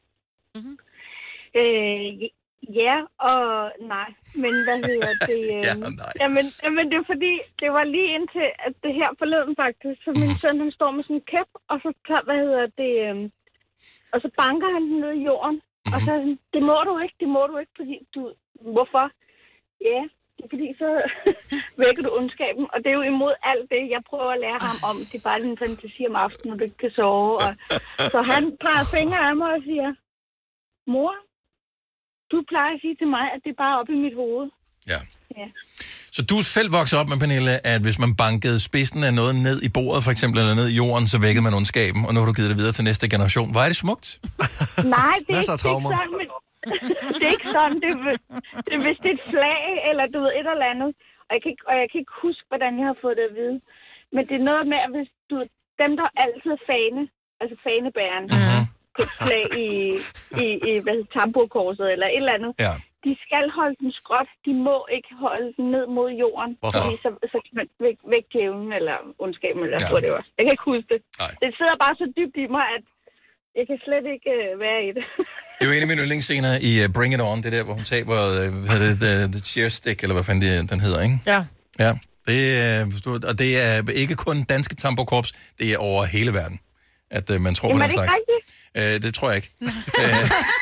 Øh, ja og nej. Men hvad hedder det? Øh, Ja og nej. Jamen, jamen, det er fordi, det var lige indtil, at det her forleden faktisk, så min søn, han står med sådan en kæp, og så tager, hvad hedder det, øh, og så banker han den ned i jorden. Mm-hmm. Og så er sådan, det må du ikke, det må du ikke, fordi du, hvorfor? Ja, det er fordi, så vækker du ondskaben, og det er jo imod alt det, jeg prøver at lære ham om. Det er bare en fantasi om aftenen, når du ikke kan sove. Og, så han drejer fingre af mig og siger, mor, du plejer at sige til mig, at det er bare oppe i mit hoved. Ja. Ja. Så du er selv vokset op med, Pernille, at hvis man bankede spidsen af noget ned i bordet, for eksempel, eller ned i jorden, så vækkede man ondskaben, og nu har du givet det videre til næste generation. Hvor er det smukt? Nej, det er, Masser ikke, af det er ikke traumer. sådan, men det er ikke sådan. Det er, det er, hvis det er et flag, eller du ved, et eller andet. Og jeg, kan ikke, og jeg kan ikke huske, hvordan jeg har fået det at vide. Men det er noget med, at hvis du, dem, der altid er fane, altså fanebæren, mm-hmm. på et flag i, i, i hvad hedder, tamburkorset, eller et eller andet, ja. de skal holde den skråt. De må ikke holde den ned mod jorden. Hvorfor? Fordi så, så kan man væk, væk djævlen, eller ondskaben, eller Ja. ja. det også. Jeg kan ikke huske det. Nej. Det sidder bare så dybt i mig, at jeg kan slet ikke uh, være i det. Det er jo en af mine yndlingsscener i uh, Bring It On, det der, hvor hun taber uh, hvad hedder det, the, the cheer stick, eller hvad fanden det, den hedder, ikke? Ja. Ja, det er, uh, og det er ikke kun danske tamburkorps, det er over hele verden, at uh, man tror Jamen, på er den det slags. ikke rigtigt? Uh, det tror jeg ikke. uh,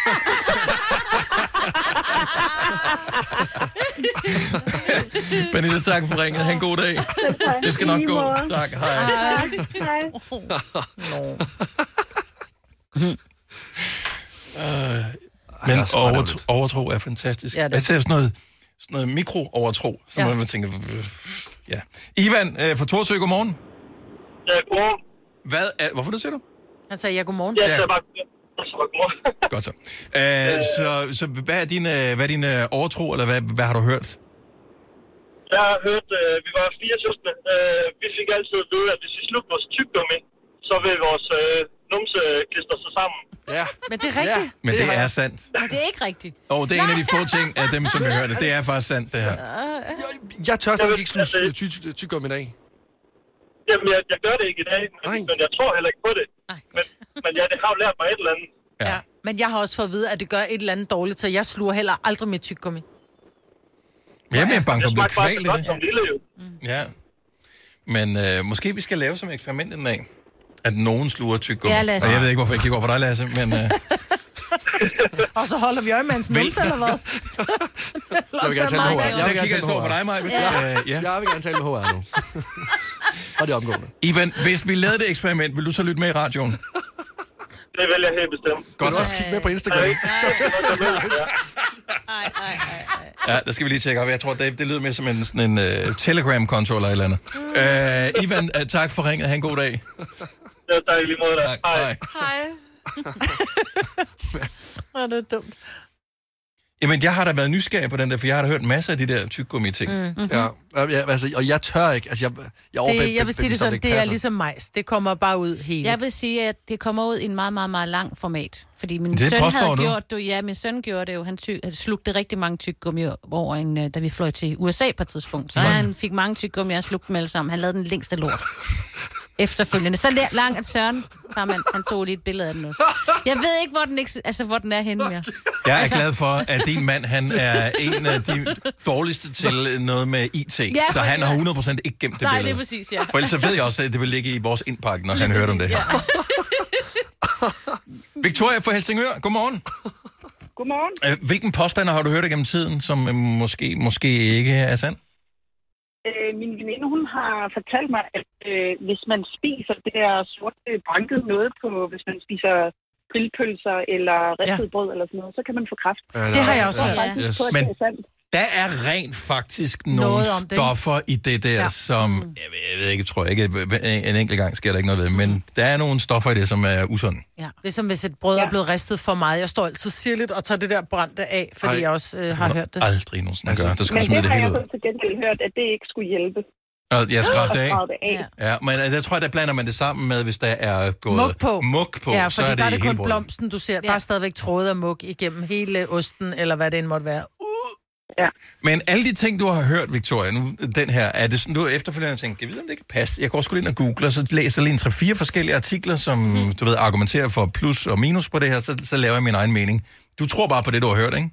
Pernille, tak for ringet. Ha' en god dag. Det skal nok gå. Tak, hej. Hej. Uh, Men Ej, overtro, overtro er fantastisk. Ja, Ja, det er det er sådan noget, sådan noget mikro-overtro, som Ja. man tænker... Ja. Ivan øh, fra Thorsø, godmorgen. Ja, godmorgen. Hvad er... Hvorfor du siger du? Han sagde, ja, godmorgen. Ja, det er bare... Godmorgen. Godt så. Øh, så. Så hvad er din, øh, hvad er din øh, overtro, eller hvad, hvad har du hørt? Jeg har hørt, øh, vi var fire søskende. Øh, vi fik altid at vide, at hvis vi slugte vores tyggegummi, så vil vores øh, numse klister sig sammen. Ja. Men det er rigtigt. Men det, det er sandt. Men det er ikke rigtigt. Og det er en af de få ting af dem, som vi hørte. Det er faktisk sandt, det her. Jeg tør stadig ikke sluge tyggegummi i dag. Jamen, jeg, jeg gør det ikke i dag, men, men jeg tror heller ikke på det. Men, men ja, det har jo lært mig et eller andet. Ja. Men jeg har også fået at vide, at det gør et eller andet dårligt, så jeg sluger heller aldrig mit tyggegummi. Men jeg er mere bange for at blive smagte bare kvalt så i godt det. som lille, jo. Ja. Men øh, måske vi skal lave som eksperiment en dag, at nogen sluger tyggegummi. Ja, Lasse. Og jeg ved ikke, hvorfor jeg kigger over på dig, Lasse, men... Øh, Og så holder vi øje med hans Vel- numse, eller hvad? Jeg vil gerne tale med H R. Der kigger jeg så på dig, Maja. Ja. Øh, ja. Jeg vil gerne tale med H R nu. Og det er omgående. Ivan, hvis vi lavede det eksperiment, vil du så lytte med i radioen? Det vil jeg helt bestemt. Godt, så også kigge med på Instagram. Ja, der skal vi lige tjekke op. Jeg tror, det, det lyder mere som en, sådan en uh, Telegram-konto eller et eller andet. Uh, Ivan, uh, tak for ringet. Ha' en god dag. Ja, tak i lige måde. Tak. Hej. Hej. Åh, det er dumt. Jamen, jeg har da været nysgerrig på den der, for jeg har da hørt masser af de der tyggegummi-ting. Mm. Ja, ja, altså, og jeg tør ikke. Altså, jeg, jeg, Det, jeg vil sige det sådan, det er ligesom majs. Det kommer bare ud hele. Jeg vil sige, at det kommer ud i en meget, meget, meget lang format. Fordi min Det søn påstår havde du? gjort det. Ja, min søn gjorde det jo. Han, ty- han slugte rigtig mange tyggegummi over en, øh, da vi fløj til U S A på et tidspunkt. Så han fik mange tyggegummi, og han slugte dem alle sammen. Han lavede den længste lort. Efterfølgende. Så der- langt, at Søren, man, han tog lige et billede af den også. Jeg ved ikke, hvor den, eks- altså, hvor den er henne mere. Jeg er glad for, at din mand, han er en af de dårligste til noget med I T. Ja, Så han har hundrede procent ikke gemt det Nej, billede. det er præcis, ja. For ellers så ved jeg også, at det vil ligge i vores indpakke, når han hørte om det her. Victoria fra Helsingør, godmorgen. Godmorgen. Øh, Hvilken påstander har du hørt gennem tiden, som øh, måske, måske ikke er sand? Øh, min veninde, hun har fortalt mig, at øh, hvis man spiser det der sorte branket noget på, hvis man spiser grillpølser eller ristet ja. brød eller sådan noget, så kan man få kræft. Ja, det har jeg også ja. hørt. Yes. På, at Men det er sandt. der er rent faktisk nogle Noget om det. stoffer i det der, ja. som... Jeg ved, jeg ved ikke, tror jeg ikke, en enkelt gang sker der ikke noget ved, men der er nogle stoffer i det, som er usunde. Ja. Det er som hvis et brød ja. er blevet ristet for meget. Jeg står altid sirligt og tager det der brændte af, fordi Ej. jeg også øh, har hørt det. Aldrig nogensinde altså, gøre. Du skal Men smide det det har hele jeg ud. så til gengæld hørt, at det ikke skulle hjælpe. Og jeg skrabte det af. Og skrabte af. Ja, men øh, jeg tror, der blander man det sammen med, hvis der er gået Muk på. muk på, Ja, så fordi er det, der er det hele kun brødet. blomsten, du ser. Der er stadigvæk tråde af muk igennem hele osten, eller hvad det end måtte være. Ja. Men alle de ting, du har hørt, Victoria, nu den her, er det sådan, du har efterfølgende tænkt, jeg ved, om det kan passe. Jeg går også gå ind og google, og så læser jeg lige en tre-fire forskellige artikler, som, mm. du ved, argumenterer for plus og minus på det her, så, så laver jeg min egen mening. Du tror bare på det, du har hørt, ikke?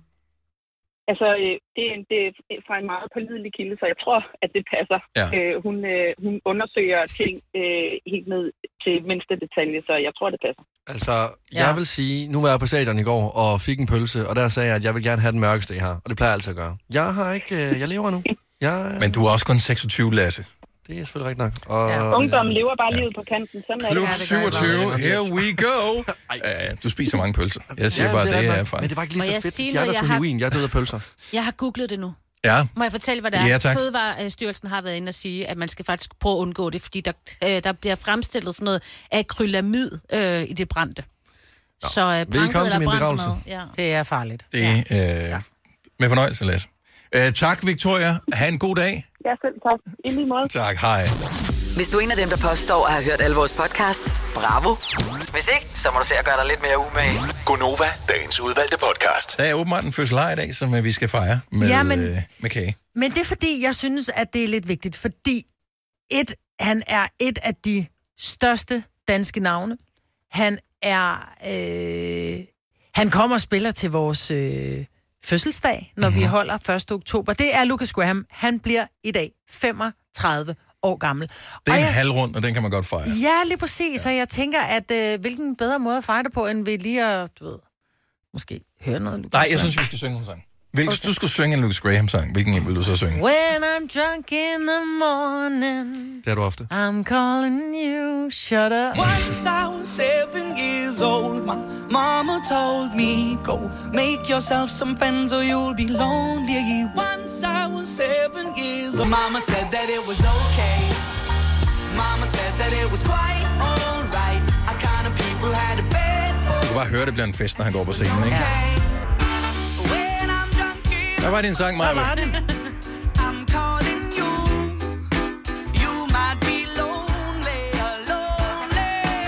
Altså, øh, det, er- det er fra en meget pålidelig kilde, så jeg tror, at det passer. Ja. Øh, hun, øh, hun undersøger ting øh, helt ned til mindste detalje, så jeg tror, det passer. Altså, jeg vil sige, nu var jeg på stadion i går og fik en pølse, og der sagde jeg, at jeg vil gerne have den mørkeste her, og det plejer jeg altid at gøre. Jeg har ikke, øh, jeg lever nu. Jeg, Men du er også kun seksogtyve, Lasse. Det er selvfølgelig rigtigt nok. Og, Ja. Ungdommen lever bare livet på kanten. Sådan er Klub det. syvogtyve, here we go. Uh, du spiser mange pølser. Jeg siger Ja, bare, det er det nok. er fejl. Men det var ikke lige Må så jeg fedt. sige De noget, andre jeg tog har- heroin, jeg døde af pølser. Jeg har googlet det nu. Ja. Må jeg fortælle, hvad det er? Ja, tak. Fødevarestyrelsen har været inde og sige, at man skal faktisk prøve at undgå det, fordi der, øh, der bliver fremstillet sådan noget akrylamid øh, i det brændte. Så øh, Velkommen branket til eller min brændt begravelse. mad. Ja. Det er farligt. Det er øh, med fornøjelse, Lasse. Uh, tak, Victoria. Ha' en god dag. Ja, selv tak. I lige måde. Tak, hej. Hvis du er en af dem, der påstår at have hørt alle vores podcasts, bravo. Hvis ikke, så må du se at gøre dig lidt mere umage. Gonova, dagens udvalgte podcast. Der er åbenbart en fødselar i dag, som øh, vi skal fejre med, Ja, men- øh, med kage. Men det er fordi, jeg synes, at det er lidt vigtigt, fordi et, han er et af de største danske navne. Han er... Øh, han kommer og spiller til vores øh, fødselsdag, når mm-hmm. vi holder første oktober. Det er Lucas Graham. Han bliver i dag femogtredive år gammel. Det er Og en jeg- halv rund, og den kan man godt fejre. Ja, lige præcis. Ja. Og jeg tænker, at øh, hvilken bedre måde at fejre det på, end ved lige at, du ved, måske høre noget Lucas Nej, jeg Graham. synes, vi skal synge en sang. Hvis okay. du skulle synge en Lucas Graham-sang, hvilken en vil du så synge? When I'm drunk in the morning, Det er du ofte. I'm calling you, shut up. Once I was seven years years old, my mama told me, go make yourself some friends or you'll be lonely. Once I was seven years old, mama said that it was okay. Mama said that it was quite alright. I kind of people had a bed for. Du kan bare høre, det bliver en fest, når han går på scenen, ikke? Hvad var din sang, Maja? Hvad var det? I'm calling you. You might be lonely or lonely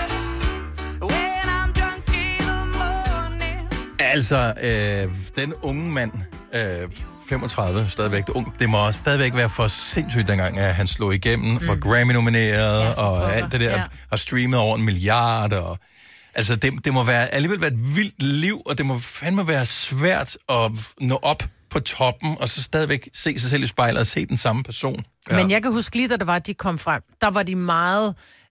when I'm drunk in the morning. Altså, øh, den unge mand, øh, femogtredive, stadigvæk ung, det må stadigvæk være for sindssygt dengang, at han slog igennem, mm. var Grammy-nomineret, ja, og alt det der, ja. Har streamet over en milliard, og altså, det, det må være, alligevel være et vildt liv, og det må fandme være svært at nå op på toppen, og så stadigvæk se sig selv i spejlet og se den samme person. Ja. Men jeg kan huske lige, da det var, at de kom frem, der var de meget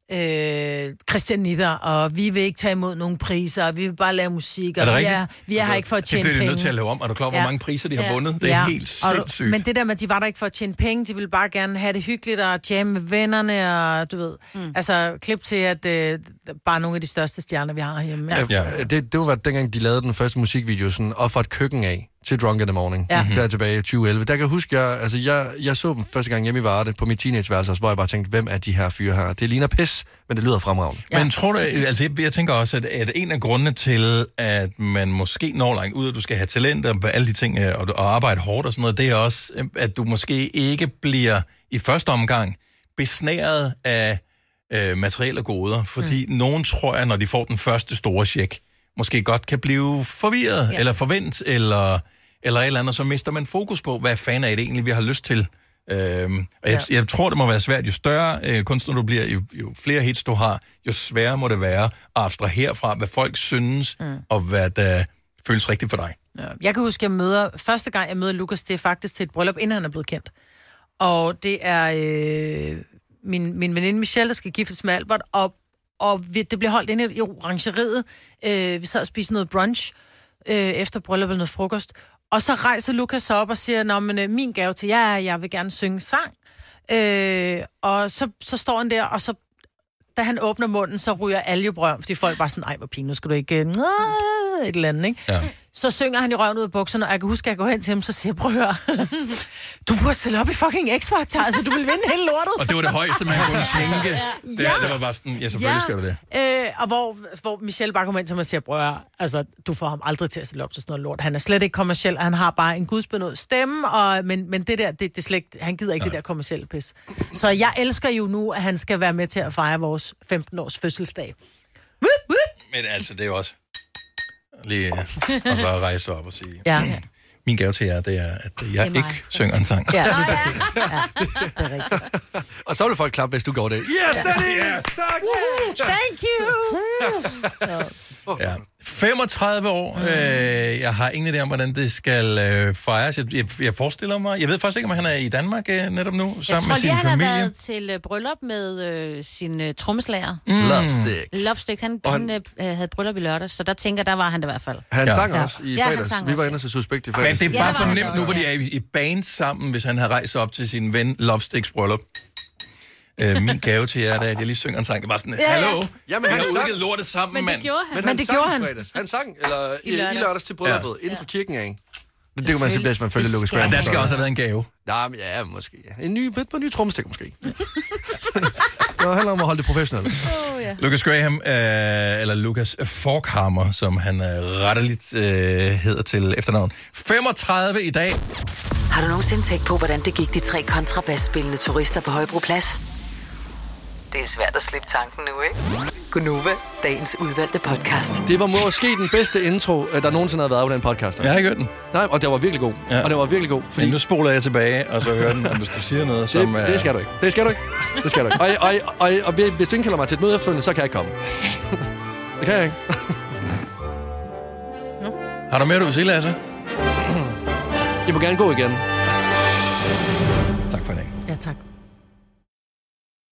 øh, christianitter, og vi vil ikke tage imod nogen priser, og vi vil bare lave musik, og vi er, vi er her ikke for at tjene penge. Det bliver de nødt til at lave om. Er du klar, hvor ja. mange priser de har ja. vundet? Det er ja. helt sindssygt. Men det der med, at de var der ikke for at tjene penge, de ville bare gerne have det hyggeligt og jamme med vennerne, og du ved, mm. altså klip til, at øh, bare nogle af de største stjerner, vi har hjemme. Ja. Ja. Det, det var dengang, de lavede den første musikvideo, sådan, og fra et køkken af, til Drunk in the Morning, ja. der tilbage i tyve elleve. Der kan jeg huske, jeg, altså, jeg, jeg så dem første gang hjemme i Varde på mit teenageværelse, hvor jeg bare tænkte, hvem er de her fyre her? Det ligner pis, men det lyder fremragende. Ja. Men tror du, altså jeg, jeg tænker også, at, at en af grundene til, at man måske når langt ud, at du skal have talent og alle de ting, og, og arbejde hårdt og sådan noget, det er også, at du måske ikke bliver i første omgang besnæret af øh, materielle goder, fordi mm. nogen tror jeg, når de får den første store check, måske godt kan blive forvirret, ja. eller forvent, eller, eller et eller andet, så mister man fokus på, hvad fanden er det egentlig, vi har lyst til. Øhm, og jeg, ja. jeg tror, det må være svært. Jo større øh, kunstner du bliver, jo, jo flere hits du har, jo sværere må det være at abstrahere fra, hvad folk synes, mm. og hvad der føles rigtigt for dig. Ja. Jeg kan huske, at jeg møder, første gang jeg møder Lukas, det er faktisk til et bryllup, inden han er blevet kendt. Og det er øh, min, min veninde Michelle, der skal giftes med Albert, og Og vi, det blev holdt inde i orangeriet. Øh, vi sad og spiste noget brunch øh, efter bryllup eller noget frokost. Og så rejser Lukas sig op og siger, nå, men øh, min gave til jer er, jeg vil gerne synge sang. Øh, og så, så står han der, og så, da han åbner munden, så ryger algebrøm, fordi folk bare sådan, ej, hvor pin, nu skal du ikke... Øh, et eller andet, ikke? Ja. Så synger han i røven ud af bukserne, og jeg kan huske, at jeg går hen til ham, så siger jeg, prøv at høre, du burde stille op i fucking X-Factor, altså du vil vinde hele lortet. Og det var det højeste, man kunne tænke. Ja. Det, ja. det var bare sådan, ja, selvfølgelig ja. skal du det. Øh, og hvor, hvor Michelle bare kommer ind til mig og siger, prøv at høre, altså du får ham aldrig til at stille op til sådan noget lort. Han er slet ikke kommerciel, og han har bare en gudsbenået stemme, og, men, men det der, det, det slet, han gider ikke Nej. det der kommercielle pis. Så jeg elsker jo nu, at han skal være med til at fejre vores femten års fødselsdag. Men altså, det er jo også... lige, og så rejse op og sige, ja. min gave til jer, det er, at jeg ikke synger en sang. Ja, det er præcis. Ja, det er rigtigt. Og så vil folk klappe, hvis du går det. Yes, that is! Tak! Thank you! Ja. femogtredive år. Øh, jeg har ingen idé om, hvordan det skal øh, fejres. Jeg, jeg, jeg forestiller mig... Jeg ved faktisk ikke, om han er i Danmark øh, netop nu, sammen med sin lige, familie. Jeg tror lige, han har været til øh, bryllup med øh, sin øh, trommeslager. Mm. Lovestick. Lovestick. Han, han øh, havde bryllup i lørdag, så der tænker der var han det i hvert fald. Han ja. sang også i ja, fredags. Vi var inde til Suspekt i fredags. Men det er bare ja, for nemt nu, hvor de er i, i band sammen, hvis han har rejst op til sin ven Lovesticks bryllup. Øh, min gave til jer, da jeg lige synger en sang. Det var sådan, ja, hallo, ja, men vi han har sang, udgivet lortet sammen, men mand. det gjorde han. Men, men han det sang gjorde han. Fredags. Han sang, eller i, I lørdags, i lørdags til brylluppet, ja. inden for kirken af. Det, det kan man se, hvis man følger Lucas Graham. Ja, der skal også have været en gave. Nej, men ja, måske. Ja. En ny, på en ny trommestik, måske. Det handler om at holde det professionelt. Oh, yeah. Lucas Graham, øh, eller Lucas Forchhammer, som han øh, retteligt øh, hedder til efternavn. femogtredive i dag. Har du nogensinde tænkt på, hvordan det gik de tre kontrabasspillende turister på Højbroplads? Det er svært at slippe tanken nu, ikke? Gunova, dagens udvalgte podcast. Det var måske den bedste intro, der nogensinde har været på den podcast. Jeg har ikke hørt den. Nej, og det var virkelig god. Ja. Og det var virkelig god. Fordi... Men nu spoler jeg tilbage, og så hører den, om hvis du siger noget, som... Det, det skal du ikke. Det skal du ikke. Det skal du ikke. Og, og, og, og, og hvis du indkalder mig til et møde efterfølgende, så kan jeg ikke komme. Det kan jeg ikke. Har du mere, du vil sige, Lasse? Jeg må gerne gå igen. Tak for i dag. Ja, tak.